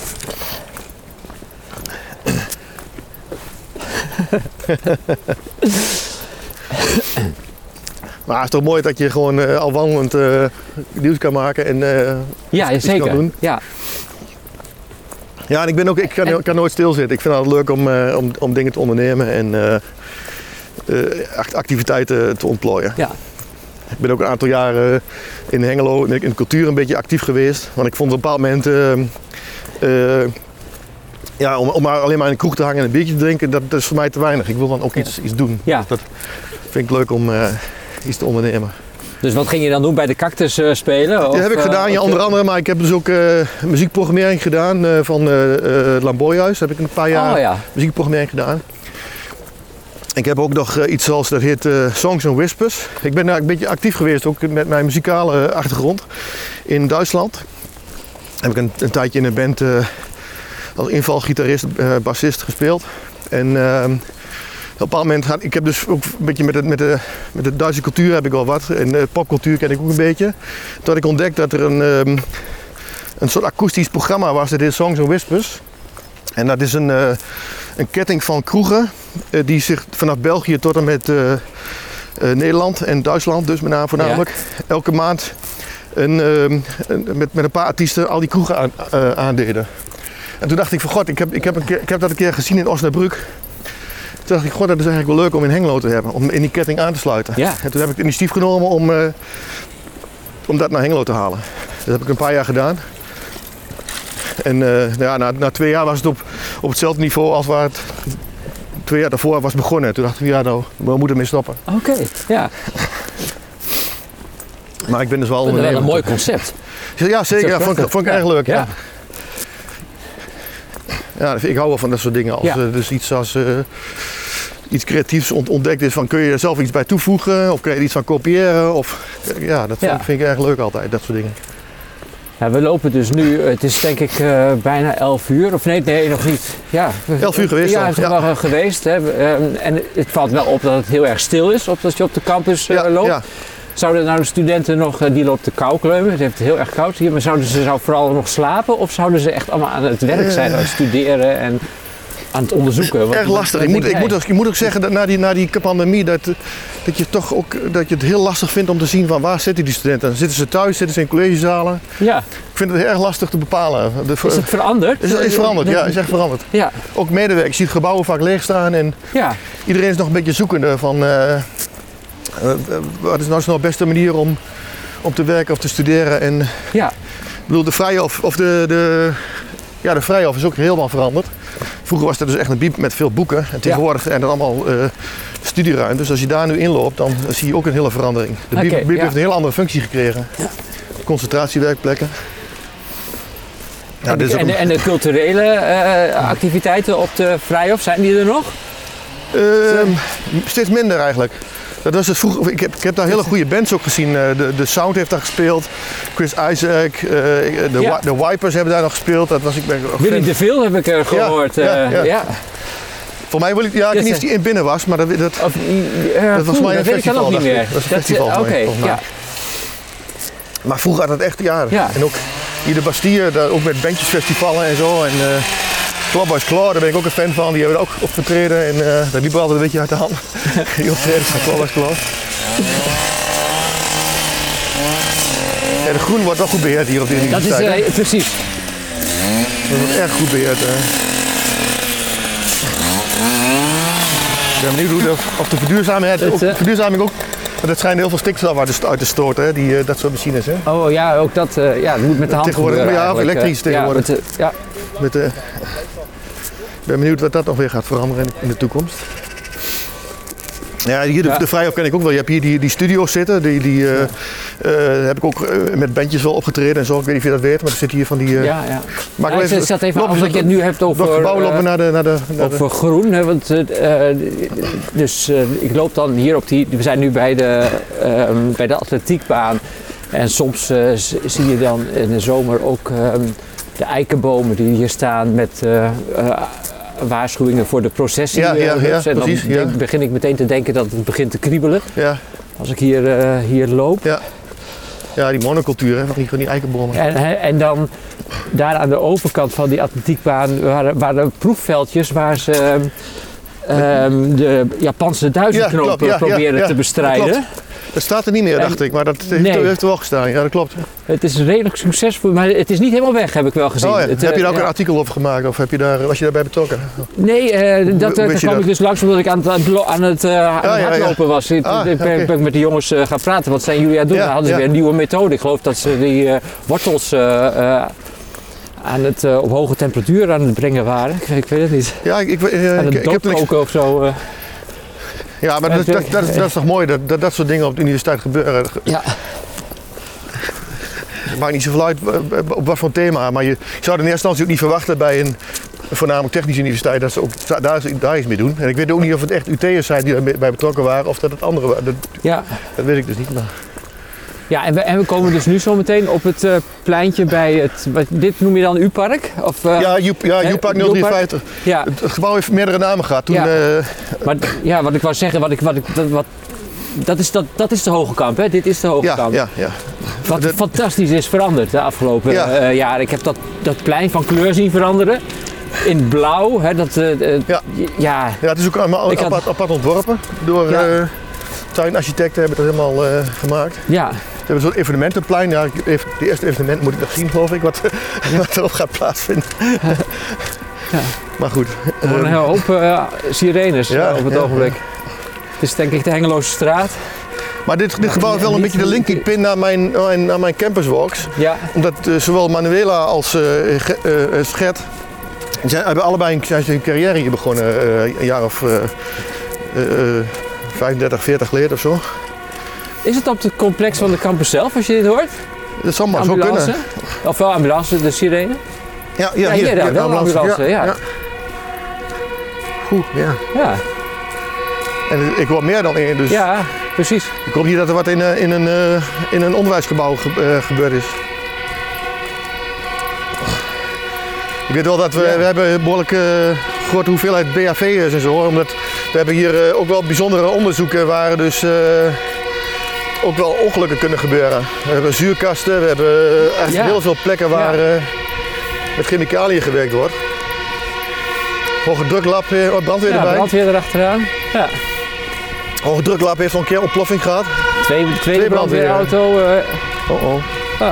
Maar het is toch mooi dat je gewoon uh, al wandelend uh, nieuws kan maken en uh, ja, iets zeker. kan doen. Ja. Ja, en ik ben ook, ik kan, kan nooit stilzitten. Ik vind het leuk om, uh, om, om dingen te ondernemen en uh, uh, activiteiten te ontplooien. Ja. Ik ben ook een aantal jaren in Hengelo in de cultuur een beetje actief geweest. Want ik vond op een bepaald moment, uh, uh, ja, om, om maar alleen maar in de kroeg te hangen en een biertje te drinken, dat, dat is voor mij te weinig. Ik wil dan ook iets, iets doen. Ja. Dus dat vind ik leuk om uh, iets te ondernemen. Dus wat ging je dan doen? Bij de Cactus uh, spelen? Dat heb ik gedaan, ja, onder andere. Maar ik heb dus ook uh, muziekprogrammering gedaan uh, van uh, uh, Lamboyhuis. Daar heb ik een paar jaar oh, ja. muziekprogrammering gedaan. Ik heb ook nog uh, iets zoals dat heet uh, Songs and Whispers. Ik ben daar een beetje actief geweest, ook met mijn muzikale achtergrond in Duitsland. Heb ik een, een tijdje in een band uh, als invalgitarist, uh, bassist gespeeld. En uh, op een bepaald moment had ik heb dus ook een beetje met, het, met, de, met de Duitse cultuur heb ik wel wat. En de popcultuur ken ik ook een beetje. Toen had ik ontdekt dat er een, um, een soort akoestisch programma was, dat heet Songs and Whispers. En dat is een, uh, een ketting van kroegen uh, die zich vanaf België tot en met uh, uh, Nederland en Duitsland, dus met name voornamelijk, ja. elke maand een, uh, een, met, met een paar artiesten al die kroegen aan, uh, aandeden. En toen dacht ik van god, ik heb, ik, heb een keer, ik heb dat een keer gezien in Osnabrück. Toen dacht ik, god, dat is eigenlijk wel leuk om in Hengelo te hebben, om in die ketting aan te sluiten. Ja. En toen heb ik het initiatief genomen om, uh, om dat naar Hengelo te halen. Dat heb ik een paar jaar gedaan. En uh, ja, na, na twee jaar was het op, op hetzelfde niveau als waar het twee jaar daarvoor was begonnen. Toen dacht ik, ja, nou, we moeten ermee stoppen. Oké, okay, ja. Maar ik ben dus wel een, wel een mooi concept. Ja, zeker. Ja, vond, vond ik ja. erg leuk. Ja. Ja. Ja, ik hou wel van dat soort dingen. Als ja. uh, dus iets als uh, iets creatiefs ontdekt is, van kun je er zelf iets bij toevoegen of kun je er iets van kopiëren. Of, ja, dat vind, ja. vind ik erg leuk altijd, dat soort dingen. Ja, we lopen dus nu, het is denk ik uh, bijna elf uur, of nee, nee, nog niet. Ja, elf uur geweest. Ja, het is ja. wel geweest. Hè. En het valt wel op dat het heel erg stil is op, als je op de campus uh, ja, loopt. Ja. Zouden nou de studenten nog, die loopt te kou kleumen, het heeft heel erg koud hier, maar zouden ze zou vooral nog slapen of zouden ze echt allemaal aan het werk zijn, aan het studeren en aan het onderzoeken? Wat, erg lastig. Ik moet, ik, moet ook, ik moet ook zeggen dat na die, na die pandemie dat, dat je toch ook dat je het heel lastig vindt om te zien van waar zitten die studenten. Dan zitten ze thuis, zitten ze in collegezalen. Ja. Ik vind het erg lastig te bepalen. De, is het veranderd? Is, is veranderd, ja, is echt veranderd. Ja. Ook medewerkers, je ziet gebouwen vaak leeg staan en ja. iedereen is nog een beetje zoekende van uh, uh, wat is nou de beste manier om, om te werken of te studeren. En, ja. Ik bedoel, de Vrijhof of de, de, ja, de Vrijhof is ook helemaal veranderd. Vroeger was het dus echt een bieb met veel boeken en tegenwoordig zijn er allemaal uh, studieruimtes. Dus als je daar nu inloopt, dan zie je ook een hele verandering. De bieb, okay, bieb ja. heeft een hele andere functie gekregen. Ja. Concentratiewerkplekken. Ja, en, de, en, de, en de culturele uh, activiteiten op de Vrijhof, zijn die er nog? Uh, steeds minder eigenlijk. Dat was het vroeger, ik, heb, ik heb daar hele goede bands ook gezien. De, de Sound heeft daar gespeeld, Chris Isaac, uh, de, ja. de Wipers hebben daar nog gespeeld. Dat was, ik ben Willy DeVille heb ik er gehoord. Ja, ja, ja. Uh, ja. Voor mij wil ik, ja, ik weet niet of die in binnen was, maar dat, dat, of, uh, dat was voor mij een festival. Dat weet ik dan ook niet meer. Dat was een festival Oké, okay, ja. Maar vroeger had het echt jaren. Ja. En ook hier de Bastille, daar, ook met bandjesfestivalen en zo. En, uh, Club Boys Claw, daar ben ik ook een fan van, die hebben ook opgetreden en uh, dat liep altijd een beetje uit de hand. Die optreden van Club Boys Claw. Ja, de groen wordt wel goed beheerd hier op de universiteit. Dat is uh, precies. Dat wordt erg goed beheerd. Uh. Ik ben benieuwd hoe de, of de verduurzaming, ook, uh, verduurzaming ook, want het schijnt heel veel stikstof uit te stoten, hè, die, uh, dat soort machines. Hè. Oh ja, ook dat, uh, ja, dat moet met de hand gebeuren. Ja, of elektrisch tegenwoordig. Ja, met, uh, ja. Met de, ik ben benieuwd wat dat nog weer gaat veranderen in de toekomst. Ja, hier de, ja. de Vrijhof ken ik ook wel. Je hebt hier die, die studio's zitten. Die, die uh, ja. uh, heb ik ook uh, met bandjes wel opgetreden en zo. Ik weet niet of je dat weet, maar er zitten hier van die... Uh, ja, ja. Maar ja, ik even, zat even af dat je het nu hebt over... Nog gebouwen lopen uh, naar de... Naar de naar over de... groen. Hè, want, uh, dus uh, ik loop dan hier op die... We zijn nu bij de, uh, bij de atletiekbaan. En soms uh, zie je dan in de zomer ook uh, de eikenbomen die hier staan met... Uh, uh, waarschuwingen voor de processie. Ja, ja, ja, en dan precies, ja. denk, begin ik meteen te denken dat het begint te kriebelen. Ja. Als ik hier, uh, hier loop. Ja. Ja, die monocultuur, hè, van die, van die eikenbomen. En, en dan daar aan de overkant van die atletiekbaan waren, waren proefveldjes waar ze um, de Japanse duizendknopen ja, ja, proberen ja, ja, te bestrijden. Dat staat er niet meer, dacht en, ik, maar dat heeft, nee. heeft er wel gestaan. Ja, dat klopt. Het is redelijk succesvol, maar het is niet helemaal weg, heb ik wel gezien. Oh ja. het, heb je daar ook ja. een artikel over gemaakt of heb je daar, was je daarbij betrokken? Nee, uh, dat, daar kwam ik dus langs omdat ik aan het, aan het, uh, aan ah, het hardlopen ja, ja. was. Ik ah, ben okay. ik met die jongens uh, gaan praten. Wat zijn jullie aan het doen? Ja, dan hadden ze ja. weer een nieuwe methode. Ik geloof dat ze die uh, wortels uh, uh, aan het, uh, op hoge temperatuur aan het brengen waren. Ik, ik weet het niet. Ja, ik, ik, uh, aan het ik, ik heb doodkoken of zo. Uh. Ja, maar dat, dat, dat, is, dat is toch mooi dat, dat dat soort dingen op de universiteit gebeuren. Ja. Het maakt niet zoveel uit op wat voor thema, maar je, je zou in eerste instantie ook niet verwachten bij een voornamelijk technische universiteit, dat ze ook daar, daar iets mee doen. En ik weet ook niet of het echt U T'ers zijn die daarbij betrokken waren of dat het andere waren. Dat, Ja. dat weet ik dus niet. Maar... Ja, en we, en we komen dus nu zo meteen op het uh, pleintje bij het, wat, dit noem je dan U-park? Of, uh, Ja, U, ja hè, U-park nul drieënvijftig. Ja. Het, het gebouw heeft meerdere namen gehad. Toen, Ja. uh, Maar ja, wat ik wou zeggen, wat ik, wat ik, dat, wat, dat, is, dat, dat is de Hogekamp, hè? Dit is de ja, Hogekamp. ja, ja. Wat De- fantastisch is veranderd de afgelopen Ja. uh, jaren. Ik heb dat, dat plein van kleur zien veranderen. In blauw, hè? Dat, uh, uh, Ja. ja. Ja, het is ook allemaal Ik had- apart, apart ontworpen door Ja. uh, tuinarchitecten hebben het helemaal uh, gemaakt. ja. Ze hebben een soort evenementenplein. Ja, even, de eerste evenement moet ik nog zien, geloof ik, wat, wat erop gaat plaatsvinden. Ja. Maar goed. Er worden een ehm, hele hoop uh, sirenes Ja, uh, op het ja, ogenblik. Het is denk ik de Hengeloze straat. maar dit, dit gebouw heeft wel een niet- beetje de linking pin naar mijn, mijn, naar mijn campuswalks. Ja, Omdat uh, zowel Manuela als uh, Ge- uh, uh, Schet die zijn, hebben allebei een, zijn hun carrière hier begonnen. Uh, een jaar of uh, uh, uh, vijfendertig, veertig geleden of zo. is het op het complex van de campus zelf als je dit hoort? Dat zal maar zo Ambulance? kunnen. Of wel ambulance, de sirene? Ja, Ja, hier, ja, wel ambulance, ja. Goed, ja. Ja, En ik hoor meer dan één, dus ja, precies. ik hoop niet dat er wat in, uh, in, een, uh, in een onderwijsgebouw ge uh, gebeurd is. Ik weet wel dat we, Ja. we hebben een behoorlijk uh, grote hoeveelheid B H V'ers en zo, omdat we hebben hier uh, ook wel bijzondere onderzoeken waar dus uh, ook wel ongelukken kunnen gebeuren. We hebben zuurkasten, we hebben uh, eigenlijk Ja. heel veel plekken waar Ja. uh, met chemicaliën gewerkt wordt. Hoge druklab, uh, brandweer Ja, erbij. brandweer erachteraan. Ja. Hoge druklab heeft al een keer ontploffing gehad. Twee, tweede brandweer. brandweerauto. Uh, Oh oh. ah.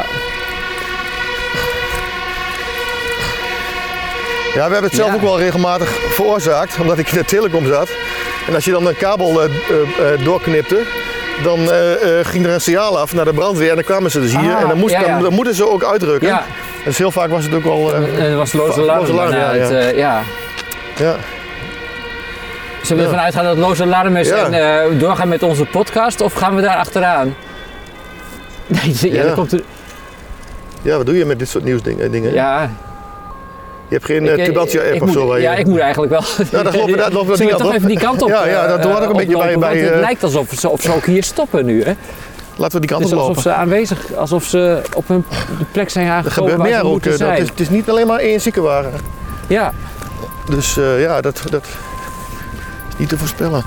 Ja, we hebben het zelf Ja. ook wel regelmatig veroorzaakt, omdat ik in de telecom zat. En als je dan een kabel uh, uh, uh, doorknipte, dan uh, uh, ging er een signaal af naar de brandweer en dan kwamen ze dus hier. Ah, en dan, moest, ja, ja. Dan, dan moeten ze ook uitdrukken. Ja, Dus heel vaak was het ook wel... uh, en er was loze alarm. Loze alarm, daarna. ja, ja. Het, uh, ja. ja. Zullen we Ja. ervan uitgaan dat het loze alarm is Ja. en uh, doorgaan met onze podcast, of gaan we daar achteraan? Nee, ja, Ja. dan komt er... ja, wat doe je met dit soort nieuwsdingen? Dingen? Ja, Je hebt geen ik, uh, Tubantia ik app of moet- zo? Waar je... Ja, ik moet eigenlijk wel. Nou, dan lopen we, daar- lopen we Zullen die we kant toch op? even die kant op? Ja, ja, dat eh, hoort ook een beetje bij... oplopen, bij want het uh, lijkt alsof ze, of ze ook hier stoppen nu, hè? laten we die kant Het op is lopen. alsof ze aanwezig, alsof ze op hun de plek zijn Er aangekomen gebeurt waar ze meer ook. moeten uh, dat zijn. is, het is niet alleen maar één ziekenwagen. Ja, Dus uh, ja, dat, dat is niet te voorspellen.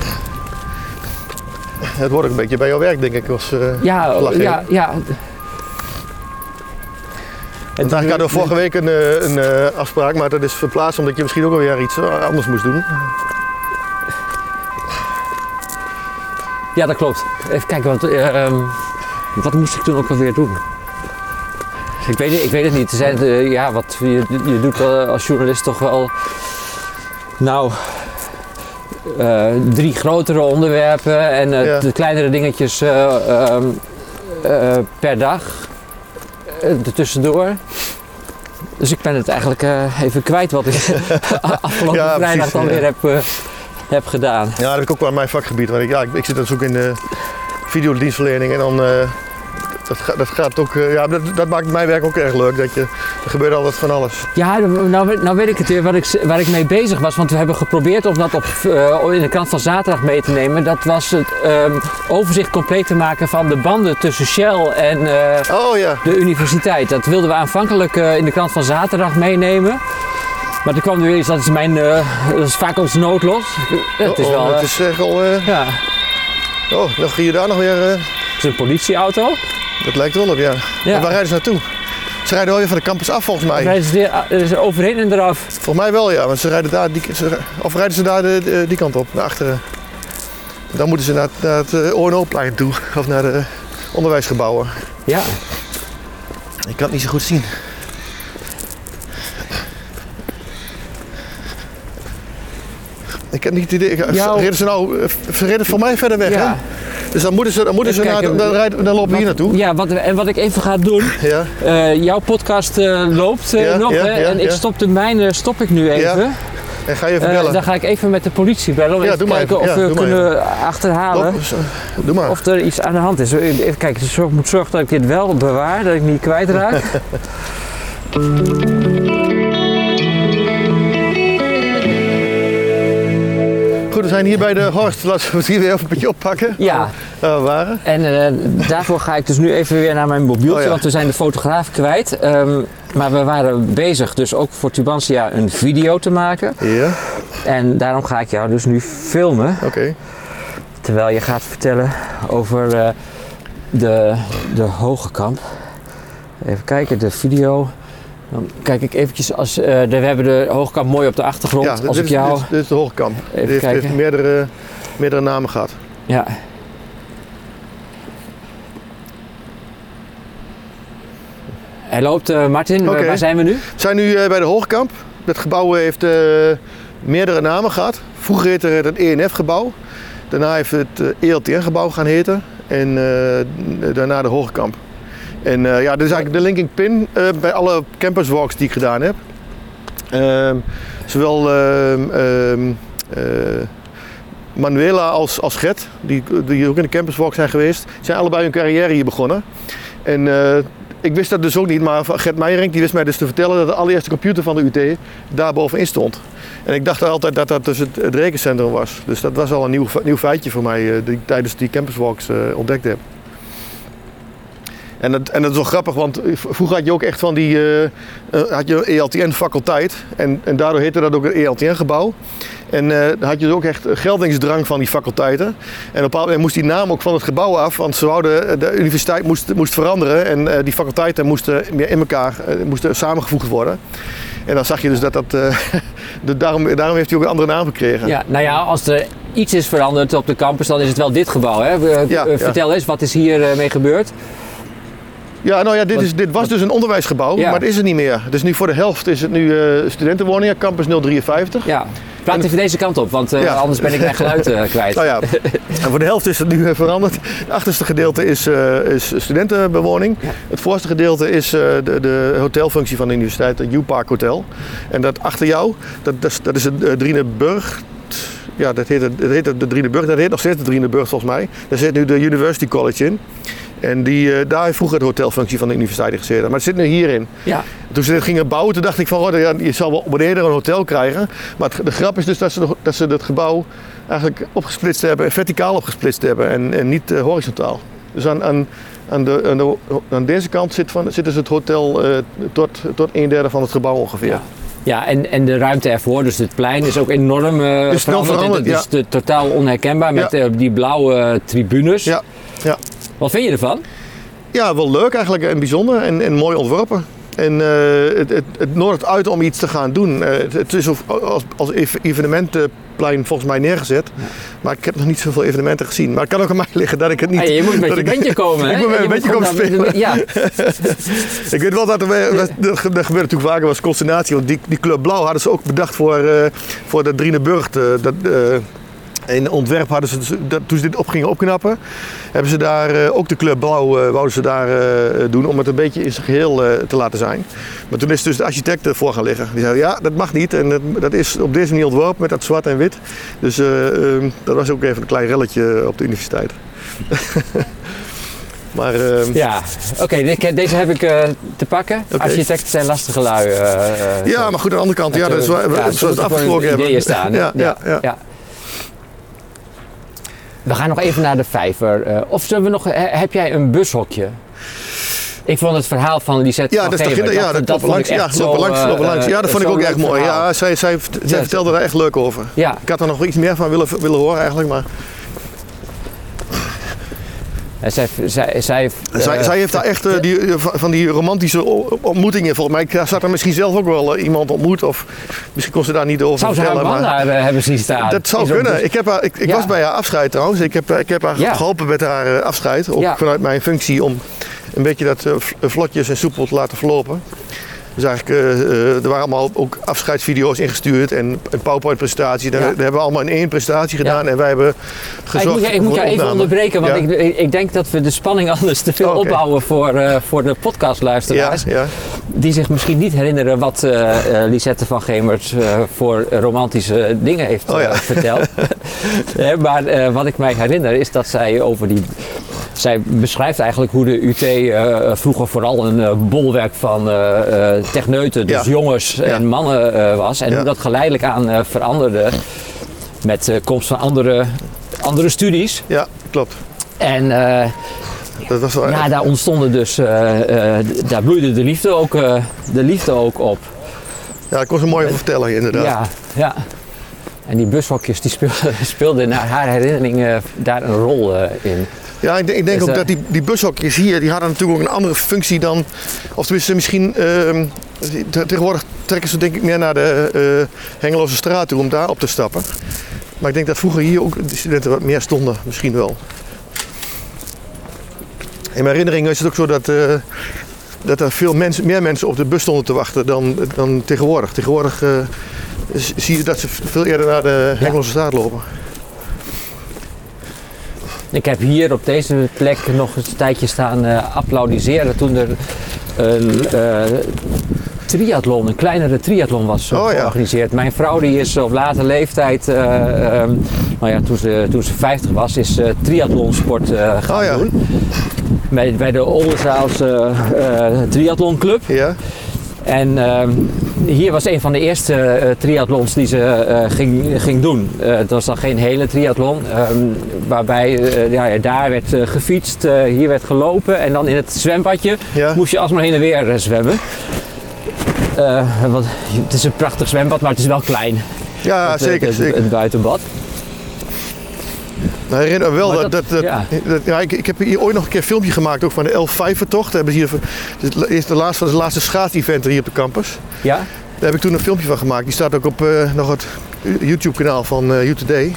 Het wordt ook een beetje bij jouw werk, denk ik. Als, uh, ja, verslaggever. ja, ja. En Want eigenlijk hadden we vorige week een, uh, een uh, afspraak, maar dat is verplaatst omdat je misschien ook alweer iets uh, anders moest doen. Ja, dat klopt. Even kijken, want, uh, um, wat moest ik toen ook alweer doen? Ik weet, het- ik weet het niet. Er zijn, uh, ja, wat, je, je doet uh, als journalist toch wel... Nou, uh, drie grotere onderwerpen en uh, Ja. de kleinere dingetjes uh, um, uh, per dag uh, ertussendoor. Dus ik ben het eigenlijk uh, even kwijt wat ik afgelopen Ja, vrijdag precies, dan ja. weer heb, uh, heb gedaan. Ja, dat heb ik ook wel in mijn vakgebied. Want ik, ja, ik, ik zit dus ook in de videodienstverlening en dan... Uh, dat, gaat- dat gaat ook... Uh, ja, dat, dat maakt mijn werk ook erg leuk. Dat je, er gebeurt altijd van alles. Ja, nou, weet- nou weet ik het weer waar ik, waar ik mee bezig was. Want we hebben geprobeerd om dat op, uh, in de krant van zaterdag mee te nemen. Dat was het um, overzicht compleet te maken van de banden tussen Shell en uh, Oh ja. de universiteit. Dat wilden we aanvankelijk uh, in de krant van zaterdag meenemen. Maar toen kwam er weer iets, dat is, mijn, uh, dat is vaak ons noodlot. Het is Oh, wel... oh, uh, het is echt al... Uh, ja, oh, dan ga je daar nog weer... Uh, het is een politieauto. dat lijkt er wel op, ja. Ja. En waar rijden ze naartoe? Ze rijden wel weer van de campus af volgens mij. Rijden ze weer, uh, ze overheen en eraf. Volgens mij wel, ja. Want ze rijden daar... Die, ze, of rijden ze daar de, de- die kant op, naar achteren. Dan moeten ze naar, naar het uh, O en O-plein toe. Of naar de onderwijsgebouwen. Ja. Ik kan het niet zo goed zien. Ik heb niet het idee. Jouw- Reden ze nou, eh, ze reden voor mij verder weg, Ja. hè? Dus dan moeten ze, dan moeten ze Even naar, kijken. dan, rijden, dan lopen we hier naartoe. Ja, wat, en wat ik even ga doen. Ja, Uh, jouw podcast uh, loopt uh, Ja, nog, ja, hè? ja, en ik ja. stop de mijne stop ik nu even. en ga je even Uh, bellen. dan ga ik even met de politie bellen om Ja, even te doe maar kijken even. of Ja, we doe maar kunnen achterhalen Loop, zo. Doe maar. of er iets aan de hand is. Even kijken, dus ik moet zorgen dat ik dit wel bewaar, dat ik niet kwijtraak. zijn hier bij de Horst. Laten we het hier weer even een beetje oppakken. Ja. Waar we waren. En uh, daarvoor ga ik dus nu even weer naar mijn mobieltje, oh ja. want we zijn de fotograaf kwijt. Um, maar we waren bezig dus ook voor Tubantia een video te maken. Ja. En daarom ga ik jou dus nu filmen. Oké. Okay. Terwijl je gaat vertellen over uh, de, de Hogekamp. Even kijken, de video. Dan kijk ik eventjes, als, uh, de, we hebben de Hogekamp mooi op de achtergrond. Ja, dit, als dit, ik jou... dit, dit is de Hogekamp. Even die heeft, kijken. heeft meerdere, meerdere namen gehad. Ja. Hij loopt, uh, Martin, okay. Waar zijn we nu? We zijn nu uh, bij de Hogekamp. Het gebouw heeft uh, meerdere namen gehad. Vroeger heette het het E N F-gebouw. Daarna heeft het uh, E L T N-gebouw gaan heten. En uh, daarna de Hogekamp. En uh, ja, dit is eigenlijk de linking pin uh, bij alle campuswalks die ik gedaan heb. Uh, zowel uh, uh, uh, Manuela als, als Gert, die, die ook in de campuswalk zijn geweest, zijn allebei hun carrière hier begonnen. En uh, ik wist dat dus ook niet, maar Gert Meijerink die wist mij dus te vertellen dat de allereerste computer van de U T daar bovenin stond. En ik dacht altijd dat dat dus het, het rekencentrum was. Dus dat was al een nieuw, nieuw feitje voor mij uh, die ik tijdens die campuswalks uh, ontdekt heb. En dat, en dat is wel grappig, want vroeger had je ook echt van die uh, uh, had je E L T N-faculteit en, en daardoor heette dat ook het E L T N-gebouw. En uh, dan had je dus ook echt geldingsdrang van die faculteiten. En op een bepaald moment moest die naam ook van het gebouw af, want ze wouden, de universiteit moest, moest veranderen en uh, die faculteiten moesten meer in elkaar uh, moesten samengevoegd worden. En dan zag je dus dat dat, uh, de, daarom, daarom heeft hij ook een andere naam gekregen. Ja, nou ja, als er iets is veranderd op de campus, dan is het wel dit gebouw. Hè? Uh, ja, uh, vertel ja. eens, wat is hier uh, mee gebeurd? Ja, nou ja, dit, is, dit was dus een onderwijsgebouw, ja. maar het is het niet meer. Dus nu voor de helft is het nu uh, studentenwoningen, campus nul drieënvijftig. Ja, praat en, even deze kant op, want uh, ja. anders ben ik mijn geluid uh, kwijt. Nou ja, en voor de helft is het nu uh, veranderd. Het achterste gedeelte is, uh, is studentenbewoning. Ja. Het voorste gedeelte is uh, de, de hotelfunctie van de universiteit, het U-Park Hotel. En dat achter jou, dat, dat, dat is het uh, Drieneburg. Ja, dat heet, dat heet de Drieneburg, dat heet nog steeds de Drieneburg volgens mij. Daar zit nu de University College in. En die, uh, daar heeft vroeger de hotelfunctie van de universiteit gezeten. Maar het zit nu hierin. Ja. Toen ze dit gingen bouwen, toen dacht ik van, oh, ja, je zal wel beneden een hotel krijgen. Maar het, de grap is dus dat ze, dat ze het gebouw eigenlijk opgesplitst hebben, verticaal opgesplitst hebben en, en niet uh, horizontaal. Dus aan, aan, aan, de, aan, de, aan deze kant zit, van, zit dus het hotel uh, tot, tot een derde van het gebouw ongeveer. Ja. Ja, en, en de ruimte ervoor, dus het plein is ook enorm uh, is veranderd. veranderd. Het is ja. totaal onherkenbaar met ja. uh, die blauwe uh, tribunes. Ja. Ja. Wat vind je ervan? Ja, wel leuk eigenlijk en bijzonder en, en mooi ontworpen. En uh, het, het, het nodigt uit om iets te gaan doen. Uh, het, het is als, als evenementenplein volgens mij neergezet. Ja. Maar ik heb nog niet zoveel evenementen gezien. Maar het kan ook aan mij liggen dat ik het niet... Ah, je moet met je bandje komen, hè? Ik moet met een bandje komen spelen. Ja. Ik weet wel dat er, er, er gebeurde natuurlijk vaker was consternatie. Want die, die kleur blauw hadden ze ook bedacht voor, uh, voor de Drieneburg. Dat, uh, in ontwerp hadden ze, dat, toen ze dit op gingen opknappen, hebben ze daar uh, ook de kleur blauw uh, wouden ze daar uh, doen om het een beetje in zijn geheel uh, te laten zijn. Maar toen is dus de architect ervoor gaan liggen. Die zei ja, dat mag niet en dat, dat is op deze manier ontworpen met dat zwart en wit. Dus uh, uh, dat was ook even een klein relletje op de universiteit. Maar, uh, ja, oké, okay, deze heb ik uh, te pakken. Okay. Architecten zijn lastige lui. Uh, uh, ja, maar goed, aan de andere kant, ja, dat is waar, ja, zoals we het afgesproken hebben. Staan, ja, ja, ja. ja. We gaan nog even naar de vijver. Uh, of zullen we nog, he, heb jij een bushokje? Ik vond het verhaal van Lisette ja, van dat Gemert, ja, dat, dat vond ik echt ja, zo... Langs, uh, langs. Ja, dat vond ik ook echt mooi. Ja, zij, zij, zij vertelde daar echt leuk over. Ja. Ik had er nog iets meer van willen, willen horen eigenlijk, maar... En zij, zij, zij, uh, zij, zij heeft daar echt uh, die, van die romantische ontmoetingen. Volgens mij ik zat er misschien zelf ook wel uh, iemand ontmoet. Of misschien kon ze daar niet over zou vertellen. Zou ze haar man daar uh, hebben zien staan? Dat zou kunnen. Dus... Ik, heb haar, ik, ik ja. was bij haar afscheid trouwens. Ik heb, ik heb haar ja. geholpen met haar uh, afscheid. Ook ja. vanuit mijn functie om een beetje dat uh, vlotjes en soepel te laten verlopen. Dus eigenlijk, uh, uh, er waren allemaal ook afscheidsvideo's ingestuurd en een PowerPoint-presentatie. Daar, ja. daar hebben we allemaal in één presentatie gedaan ja. en wij hebben gezorgd Ik moet, ik moet jou even onderbreken, want ja. ik, ik denk dat we de spanning anders te veel oh, okay. opbouwen voor, uh, voor de podcastluisteraars. Ja, ja. Die zich misschien niet herinneren wat uh, uh, Lisette van Gemert uh, voor romantische dingen heeft uh, oh, ja. verteld. Maar uh, wat ik mij herinner is dat zij over die... Zij beschrijft eigenlijk hoe de U T uh, vroeger vooral een uh, bolwerk van uh, uh, techneuten, dus ja. jongens ja. en mannen uh, was. En ja. hoe dat geleidelijk aan uh, veranderde. met uh, komst van andere, andere studies. Ja, klopt. En uh, dat was wel ja, daar ontstonden dus, uh, uh, daar bloeide de liefde ook, uh, de liefde ook op. Ja, ik kon ze mooi over vertellen, inderdaad. Ja, ja. En die bushokjes die speelden, speelden naar haar herinnering uh, daar een rol uh, in. Ja, ik denk, ik denk dus, ook uh, dat die, die bushokjes hier, die hadden natuurlijk ook een andere functie dan, of tenminste misschien, uh, tegenwoordig trekken ze denk ik meer naar de uh, Hengeloze straat toe om daar op te stappen. Maar ik denk dat vroeger hier ook de studenten wat meer stonden, misschien wel. In mijn herinnering is het ook zo dat, uh, dat er veel mensen, meer mensen op de bus stonden te wachten dan, dan tegenwoordig. Tegenwoordig uh, zie je dat ze veel eerder naar de Hengeloze straat lopen. Ik heb hier op deze plek nog een tijdje staan uh, applaudisseren toen er een uh, triathlon, een kleinere triathlon was uh, oh, ja. georganiseerd. Mijn vrouw die is op late leeftijd, uh, um, nou ja, toen, ze, toen ze vijftig was, is uh, triathlonsport uh, gaan oh, ja. doen. Bij, bij de Oldenzaalse uh, triathlonclub. Ja. En uh, hier was een van de eerste uh, triathlons die ze uh, ging, ging doen. Uh, dat was dan geen hele triathlon, um, waarbij uh, ja, daar werd uh, gefietst, uh, hier werd gelopen en dan in het zwembadje Ja. moest je alsmaar heen en weer uh, zwemmen. Uh, want het is een prachtig zwembad, maar het is wel klein. Ja, het, zeker. Het, zeker. het buitenbad. Nou, herinner me wel Maar dat, dat- dat, dat, ja. dat- ja, ik, ik heb hier ooit nog een keer een filmpje gemaakt ook van de L vijf-tocht. Hebben ze hier, dit is de laatste, de laatste schaatsevent hier op de campus. Ja? Daar heb ik toen een filmpje van gemaakt. Die staat ook op uh, nog het YouTube-kanaal van uh, U Today.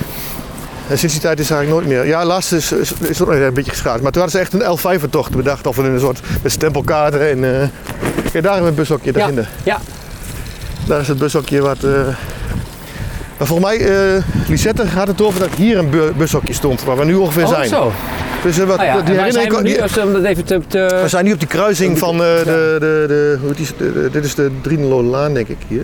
En sinds die tijd is het eigenlijk nooit meer. Ja, laatst is, is, is ook nog een beetje geschaatst. Maar toen hadden ze echt een L vijf-tocht bedacht. Of een soort met stempelkaarten. En, uh, kijk, daar hebben we een bushokje Ja. daarin. Ja. Daar is het bushokje wat... Uh, maar volgens mij, uh, Lisette gaat het over dat hier een bu- bushokje stond, waar we nu ongeveer Oh, zijn. zo. Dus uh, wat, Nou ja, die en waar zijn herinnering... we nu? die- Als, om dat even te, te... we zijn nu op die kruising van uh, de, de, de, hoe het is, de, de- dit is de Drienlolaan denk ik hier.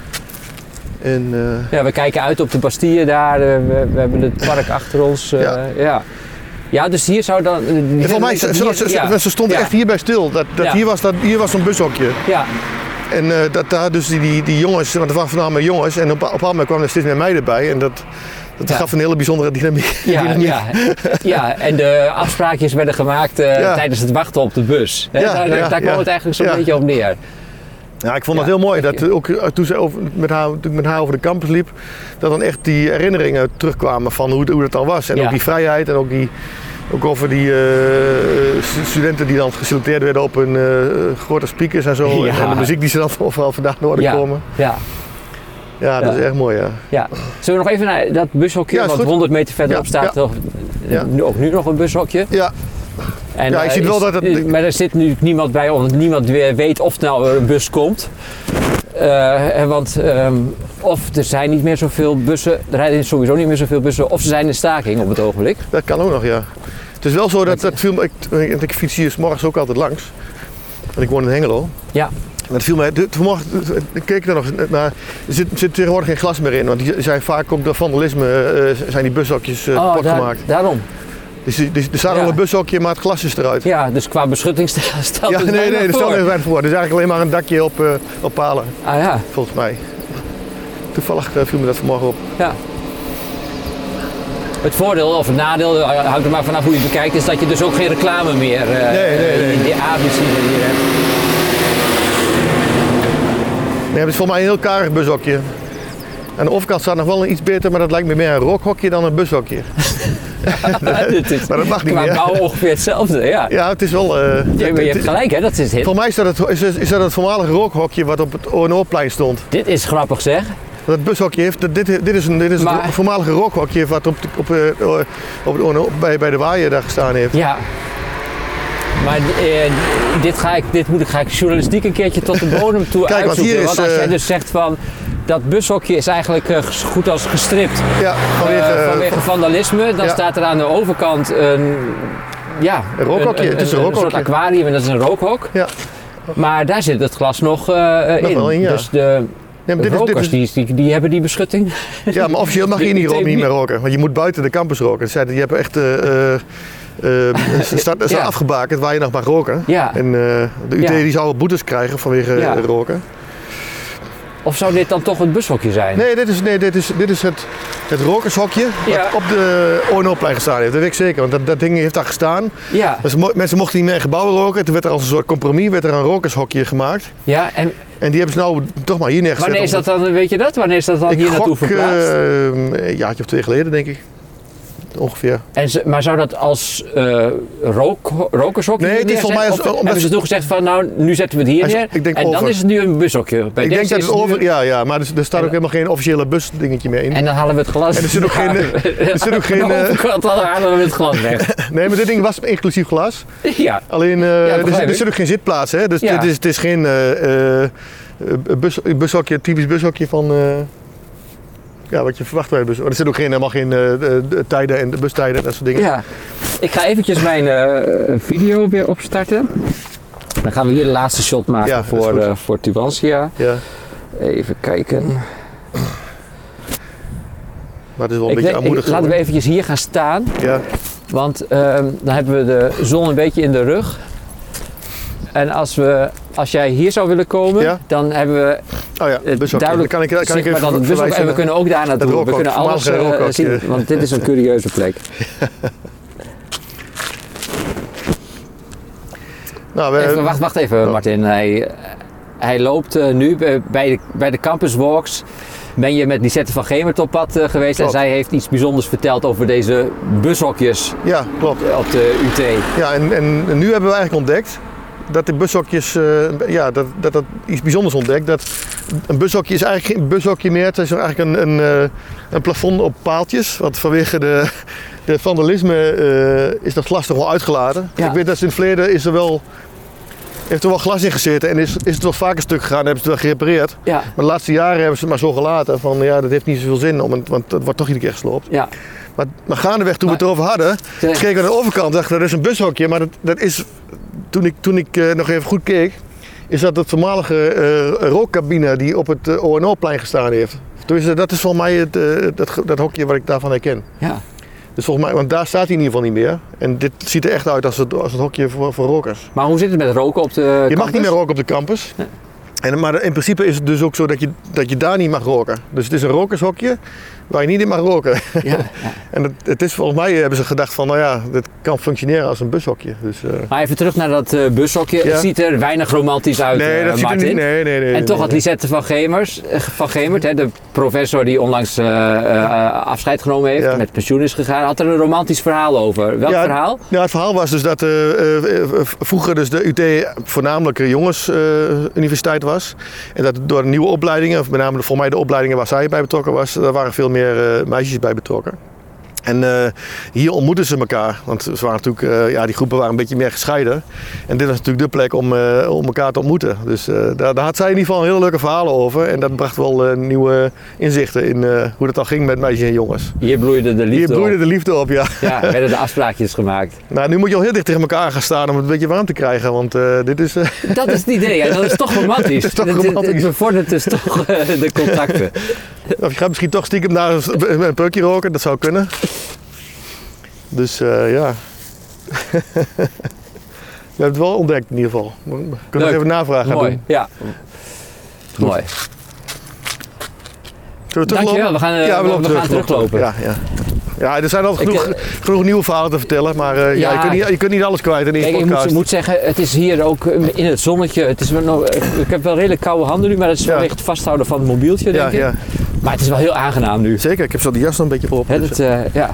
En uh, Ja, we kijken uit op de Bastille daar, uh, we, we hebben het park achter ons. uh, Ja. ja. Ja, dus hier zou dan... Uh, en voor mij, ze, ze, ze, ja. ze stonden Ja. echt hierbij stil. Dat, dat Ja. hier was, dat, hier was zo'n bushokje. Ja, En uh, dat daar dus die, die, die jongens, want er waren voornamelijk jongens. En op, op een moment kwamen er steeds meer meiden bij. En dat, dat Ja. gaf een hele bijzondere dynamiek. ja, dynamiek. ja, ja, en de afspraakjes werden gemaakt uh, Ja. tijdens het wachten op de bus. Hè, Ja, daar ja, daar kwam ja. het eigenlijk zo'n Ja. beetje op neer. Ja, ik vond Ja, het heel mooi dat oké. ook uh, toen, ze over, met haar, toen ik met haar over de campus liep, dat dan echt die herinneringen terugkwamen van hoe, hoe dat dan was. En Ja. ook die vrijheid en ook, die, ook over die uh, stu- studenten die dan geselecteerd werden op hun uh, grote speakers en zo. Ja. En, en de muziek die ze dan overal vandaan hoorden Ja, komen. ja, Ja, dat Ja. is echt mooi, ja. ja. Zullen we nog even naar dat bushokje, Ja, is want goed. honderd meter verderop Ja, staat ja. toch Ja. nu, ook nu nog een bushokje. Ja, En, Ja, je eh, ziet wel is- dat het- Maar er zit nu niemand bij, omdat niemand weer weet of er nou een bus komt. Eh, want ehm, of er zijn niet meer zoveel bussen, er rijden sowieso niet meer zoveel bussen, of ze zijn in staking op het ogenblik. dat kan ook nog, ja. Het is wel zo dat dat viel me, ik, ik, ik fiets hier 's morgens ook altijd langs. Want ik woon in Hengelo. Ja, Maar het viel mij, de- vanmorgen ik keek er nog naar, er zit, zit tegenwoordig geen glas meer in, want die zijn vaak ook door vandalisme, eh, zijn die bushokjes eh oh, kapot daar- gemaakt. daarom. Dus die- die- er staat Ja. al een bushokje, maar het glas is eruit. Ja, Ja, dus qua beschutting stelt stelt het nee, nee, weinig er staat voor. er weinig voor. Er is eigenlijk alleen maar een dakje op, eh, op palen, Ah ja, volgens mij. Toevallig eh, viel me dat vanmorgen op. ja. Het voordeel of het nadeel, eh, hangt er maar vanaf hoe je het bekijkt, is dat je dus ook geen reclame meer eh, Nee, nee, nee. in die avond die je hier hebt. Nee, het is volgens mij een heel karig bushokje. Aan de overkant staat nog wel een iets beter, maar dat lijkt me meer een rookhokje dan een bushokje. Het is Maar dat mag niet qua meer. bouw ongeveer hetzelfde, ja. Ja, het is wel... eh, Je, het- maar je het- hebt gelijk, hè? Dat is dit. Voor mij is dat, het, is, is dat het voormalige rookhokje wat op het O N O-plein stond. Dit is grappig, zeg. Dat bushokje heeft, dit, dit is, een, dit is Maar- het voormalige rookhokje wat op, de, op, eh, op het O N O, bij, bij de Waaier daar gestaan heeft. Ja. Maar eh, dit, ga ik, dit moet ik, ga ik journalistiek een keertje tot de bodem toe Kijk, want uitzoeken. hier is, want als jij eh, dus zegt van, dat bushokje is eigenlijk eh, zo goed als gestript Ja, vanwege, eh, vanwege vandalisme, dan ja. staat er aan de overkant een, ja, Een rookhokje, het is een een rookhokje. soort aquarium en dat is een rookhok. ja. Maar daar zit het glas nog, eh, Nog in. wel in, ja. Dus de Ja, maar dit is, dit rokers, is, die, die, die hebben die beschutting. ja, maar officieel mag je hier niet, Die- niet meer roken, want je moet buiten de campus roken. Dus je hebt echt, eh eh, eh, het staat, het staat Ja. afgebakend waar je nog mag roken. Ja. En eh, de U T Ja. die zou wel boetes krijgen vanwege Ja. eh, roken. Of zou dit dan toch het bushokje zijn? Nee, dit is, nee dit, is, dit is het het rokershokje Ja. wat op de O N O-plein gestaan heeft. Dat weet ik zeker, want dat, dat ding heeft daar gestaan. Ja, Dus mo- mensen mochten niet meer in gebouwen roken. Toen werd er als een soort compromis werd er een rokershokje gemaakt. ja, en En die hebben ze nou toch maar hier neergezet. wanneer is dat dan, weet je dat? Wanneer is dat dan Ik hier naartoe gok, verplaatst? uh, een jaartje of twee geleden, denk ik. Ongeveer. En ze, maar zou dat als uh, rook, rokershokje Nee, het is volgens mij als- Of omdat hebben ze ze- toen gezegd van nou, nu zetten we het hier Als- neer ik denk en dan over. is het nu een bushokje. Bij ik deze denk dat is het nu- over... Ja, ja, maar er, er staat ook En- helemaal geen officiële busdingetje meer in. En dan halen we het glas. En er zit ook geen, eh, er zit ook geen, Aan de eh, overkant halen we het glas weg. Nee, maar dit ding was inclusief glas. Ja, Alleen, uh, Ja, er, begrijp zit- er ik. zit ook geen zitplaats, hè? Dus Ja. het, is, het is geen uh, uh, bus, bushokje, typisch bushokje van... Uh, ja, wat je verwacht bij een bus. Er zit ook geen, helemaal geen uh, de, de tijden en de bustijden en dat soort dingen. ja. Ik ga eventjes mijn eh, video weer opstarten. Dan gaan we hier de laatste shot maken Ja, dat is voor, goed. uh, voor Tubantia. Ja, Even kijken. maar het is wel een Ik beetje denk, aanmoedig ik, laten we geworden. eventjes hier gaan staan. Ja, Want ehm, dan hebben we de zon een beetje in de rug. En als, we, als jij hier zou willen komen, Ja. dan hebben we oh ja, het bushokje. duidelijk Dan kan ik, kan ik zichtbaar even dat het bushok. verwijzen En we naar- kunnen ook daar naartoe. We rookhok, kunnen alles voormalige eh, rookhokje. zien, want dit is een curieuze plek. Nou, we, Even, wacht, wacht even, oh. Martin. Hij, hij loopt eh, nu bij bij de, bij de Campus Walks. Ben je met Lisette van Gemert op pad eh, geweest Klopt. en zij heeft iets bijzonders verteld over deze bushokjes ja, klopt. op de U T. Ja, en, en nu hebben we eigenlijk ontdekt dat de bushokjes, uh, ja, dat, dat dat iets bijzonders ontdekt. Dat een bushokje is eigenlijk geen bushokje meer. Het is eigenlijk een, een, uh, een plafond op paaltjes. Want vanwege de, de vandalisme uh, is dat glas toch wel uitgeladen. Ja. Ik weet dat in het verleden is er wel, heeft er wel glas in gezeten en is, is het wel vaker stuk gegaan en hebben ze het wel gerepareerd. Ja, Maar de laatste jaren hebben ze het maar zo gelaten van ja, dat heeft niet zoveel zin, om het, want het wordt toch iedere keer gesloopt. ja. Maar, maar gaandeweg toen Maar- we het erover hadden, Zeg- keken we aan de overkant, dacht dat is een bushokje, maar dat, dat is, toen ik, toen ik uh, nog even goed keek, is dat het voormalige uh, rookcabine die op het uh, O N O-plein gestaan heeft. Dus uh, dat is volgens mij het, uh, dat, dat hokje wat ik daarvan herken. ja. Dus volgens mij, want daar staat hij in ieder geval niet meer. En dit ziet er echt uit als het, als het hokje voor, voor rokers. Maar hoe zit het met roken op de Je mag campus? niet meer roken op de campus. En, maar in principe is het dus ook zo dat je, dat je daar niet mag roken. Dus het is een rokershokje waar je niet in mag roken. Ja, ja. En het, het is volgens mij hebben ze gedacht van, nou ja, dit kan functioneren als een bushokje. Dus, uh, Maar even terug naar dat uh, bushokje. Ja. Het ziet er weinig romantisch uit, nee, uh, dat ziet er Martin. niet. Nee, nee, nee. En toch nee, had Lisette van, Gemers, eh, van Gemert, hè, de professor die onlangs uh, uh, afscheid genomen heeft, Ja. met pensioen is gegaan, had er een romantisch verhaal over. Welk Ja, verhaal? Ja, het verhaal was dus dat uh, uh, vroeger dus de U T voornamelijk een jongensuniversiteit uh, was. En dat door de nieuwe opleidingen, of met name de, voor mij de opleidingen waar zij bij betrokken was, daar waren veel meer uh, meisjes bij betrokken. En uh, hier ontmoetten ze elkaar, want ze waren natuurlijk, uh, ja, die groepen waren een beetje meer gescheiden. En dit was natuurlijk de plek om, uh, om elkaar te ontmoeten. Dus uh, daar, daar had zij in ieder geval hele leuke verhalen over. En dat bracht wel uh, nieuwe inzichten in uh, hoe dat dan ging met meisjes en jongens. Hier bloeide de liefde Hier bloeide op. de liefde op, ja. Ja, er werden de afspraakjes gemaakt. Nou, nu moet je al heel dicht tegen elkaar gaan staan om het een beetje warm te krijgen, want uh, dit is... Uh, Dat is het idee, ja. Dat is toch romantisch. Dat is toch Het- het- romantisch. Het bevordert dus toch uh, de contacten. of je gaat misschien toch stiekem naar een, een peukje roken, dat zou kunnen. Dus uh, ja... We hebben het wel ontdekt in ieder geval. We kunnen nog even navraag gaan Mooi, doen. ja. Mooi. Zullen we Dankjewel, teruglopen? we gaan, uh, Ja, we, lopen we gaan terug, teruglopen. Ja, ja. Ja, er zijn altijd Ik, genoeg, uh, genoeg nieuwe verhalen te vertellen, maar uh, ja, Ja. je, kunt niet, je kunt niet alles kwijt in één Kijk, ik podcast. moet, moet zeggen, het is hier ook in het zonnetje. Het is wel nog, ik heb wel redelijk koude handen nu, maar dat is Ja. vanwege het vasthouden van het mobieltje, denk ja, ik. ja, Maar het is wel heel aangenaam nu. zeker. Ik heb zo de jas nog een beetje op. Hè, dus, dat, uh, ja.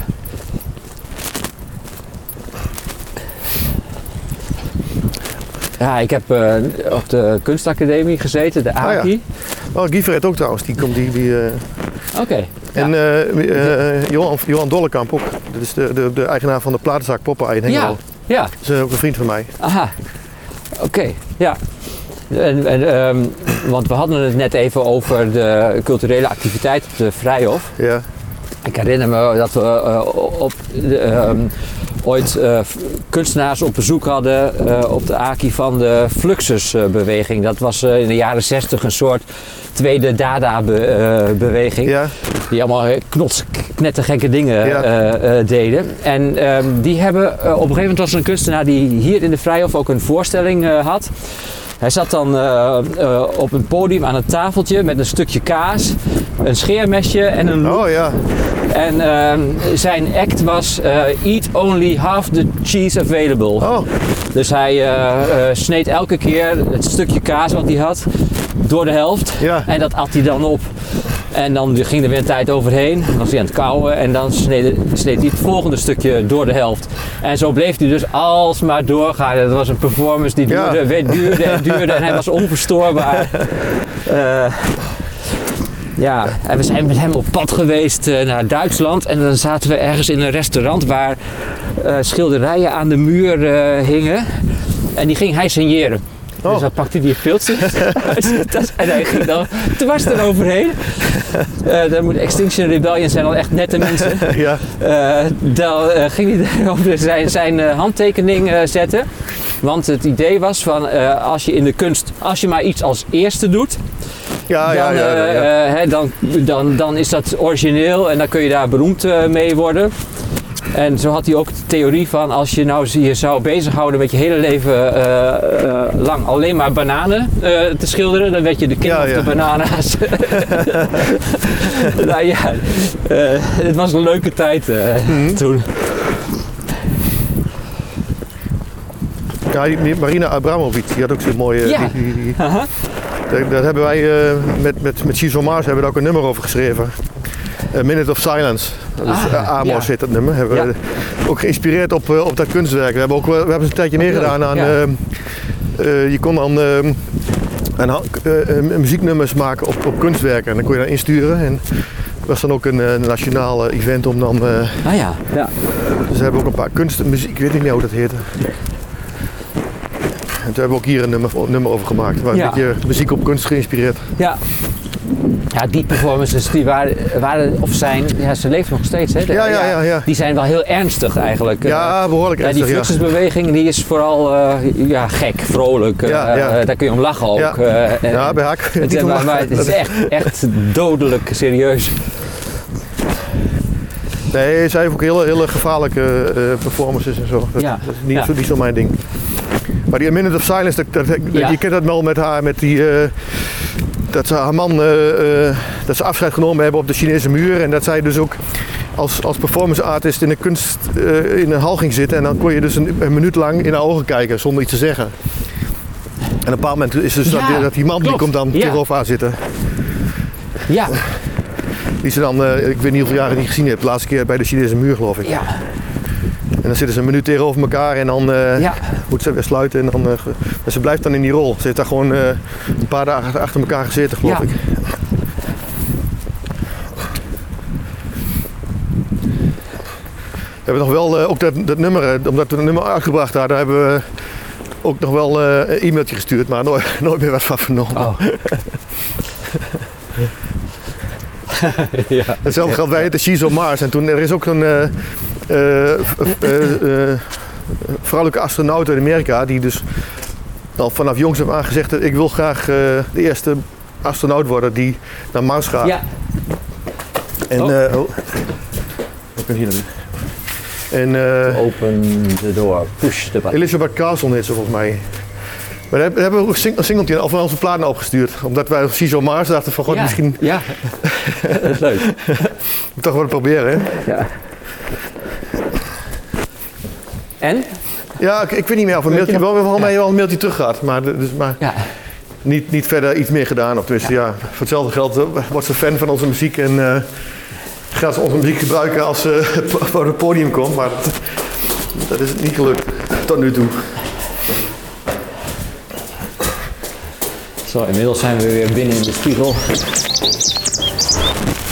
Ja, ik heb uh, op de kunstacademie gezeten, de A K I. Oh, Guy ook trouwens, die komt die... die uh, Oké. En ja. uh, uh, Johan, Johan Dollekamp ook. Dat is de, de, de eigenaar van de platenzaak Popeye in Hengelo. ja, ja, Dat is uh, ook een vriend van mij. aha. Oké, ja. En, en, um, want we hadden het net even over de culturele activiteit op de Vrijhof. Ja, Ik herinner me dat we uh, op de, um, ooit uh, kunstenaars op bezoek hadden uh, op de A K I van de Fluxus-beweging. Dat was uh, in de jaren zestig een soort tweede Dada-beweging. ja, Die allemaal knots, knettergekke dingen Ja. uh, uh, deden. En um, die hebben, uh, op een gegeven moment was er een kunstenaar die hier in de Vrijhof ook een voorstelling uh, had. Hij zat dan uh, uh, op een podium aan een tafeltje met een stukje kaas, een scheermesje en een loep. Oh ja. En uh, zijn act was uh, eat only half the cheese available. Oh. Dus hij uh, uh, sneed elke keer het stukje kaas wat hij had door de helft. Ja. En dat at hij dan op. En dan ging er weer een tijd overheen. Dan was hij aan het kauwen en dan sneed, sneed hij het volgende stukje door de helft. En zo bleef hij dus alsmaar doorgaan. Dat was een performance die duurde, Ja. weer duurde en duurde en hij was onverstoorbaar. Uh, Ja, en we zijn met hem op pad geweest uh, naar Duitsland en dan zaten we ergens in een restaurant waar uh, schilderijen aan de muur uh, hingen en die ging hij signeren. Oh. Dus dan pakte hij een filtstift uit en hij ging dan dwars eroverheen. Uh, dan moet Extinction Rebellion zijn al echt nette mensen. Ja. Uh, dan uh, ging hij over zijn, zijn uh, handtekening uh, zetten. Want het idee was van uh, als je in de kunst, als je maar iets als eerste doet, Ja, dan, ja, ja, ja, ja. uh, uh, hè, dan, dan, dan is dat origineel en dan kun je daar beroemd uh, mee worden. En zo had hij ook de theorie van als je nou je zou bezighouden met je hele leven uh, uh, lang alleen maar bananen uh, te schilderen, dan werd je de king Ja, of ja. de banana's. Nou ja, uh, het was een leuke tijd uh, Mhm. toen. Ja, die Marina Abramovic, die had ook zo'n mooie... Ja. Die, die, die, Aha. daar, daar hebben wij uh, met, met, met Shizo Mars hebben we daar ook een nummer over geschreven. A Minute of Silence. Dat is, Ah, uh, Amos ja. heet dat nummer. Hebben Ja. we ook geïnspireerd op, uh, op dat kunstwerk. We hebben, ook, we hebben ze een tijdje meegedaan aan... Ja. Uh, uh, je kon dan uh, een, uh, uh, muzieknummers maken op, op kunstwerken. En dan kon je dan insturen. En dat was dan ook een, uh, nationaal uh, event om dan... Uh, Ah ja, ja. dus we hebben ook een paar kunstmuziek, ik weet niet meer hoe dat heette. En toen hebben we ook hier een nummer, een nummer over gemaakt. Waar Ja. een beetje muziek op kunst geïnspireerd. Ja. Ja, die performances die waren, waren of zijn, ja, ze leven nog steeds, hè? De- Ja, ja, ja, ja. Die zijn wel heel ernstig eigenlijk. Ja, behoorlijk Ja, die ernstig, ja. fluxusbeweging die is vooral uh, ja, gek, vrolijk. Uh, Ja, ja. uh, daar kun je om lachen ook. Ja. Uh, en- Ja, bij Hak. het, Niet om maar, lachen. maar het is echt, echt dodelijk serieus. Nee, zij heeft ook hele, hele gevaarlijke uh, performances en zo. Dat, Ja. dat is niet, Ja. zo, niet zo mijn ding. Maar die A Minute of Silence, dat, dat, dat- Ja. je kent dat wel met haar, met die... Uh, dat ze haar man, uh, uh, dat ze afscheid genomen hebben op de Chinese muur. En dat zij dus ook als, als performance artist in een kunst, uh, in een hal ging zitten. En dan kon je dus een, een minuut lang in haar ogen kijken zonder iets te zeggen. En op een bepaald moment is dus Ja, dat, dat die man die klopt. komt dan Ja. tegenover haar zitten. Ja, Die ze dan, uh, ik weet niet hoeveel jaren niet gezien hebt, de laatste keer bij de Chinese muur geloof ik. ja, En dan zitten ze een minuut tegenover elkaar en dan uh, ja. moet ze weer sluiten. En dan, uh, ge- maar ze blijft dan in die rol. Ze heeft daar gewoon uh, een paar dagen achter elkaar gezeten geloof Ja. ik. We hebben nog wel, uh, ook dat, dat nummer, uh, omdat we het nummer uitgebracht hadden, hebben we ook nog wel uh, een e-mailtje gestuurd, maar nooit, nooit meer wat van vernomen. Oh. Ja. Hetzelfde geldt bij het Shizo Mars. En toen er is ook een uh, uh, uh, uh, vrouwelijke astronaut uit Amerika die dus al vanaf jongs af aan gezegd heeft: ik wil graag uh, de eerste astronaut worden die naar Mars gaat. Ja. En Oh. uh, oh. Wat kan hier dan? En uh, Open the door, push the button. Elizabeth Carlson heet ze volgens mij. Maar daar hebben we ook een sing- een singeltje of onze platen opgestuurd. Omdat wij op Shizo Mars dachten van god, Ja, misschien ja, dat is leuk. moet toch wel proberen hè. Ja. En? Ja, ik, ik weet niet meer of een mailtje, wel, we hebben wel wel een mailtje terug gehad, maar, de- dus, maar Ja. niet, niet verder iets meer gedaan. Of tenminste, ja. Voor hetzelfde geld uh, wordt ze fan van onze muziek en uh, gaat ze onze muziek gebruiken als ze uh, voor het podium komt. Maar dat, dat is niet gelukt tot nu toe. Zo, inmiddels zijn we weer binnen in de spiegel.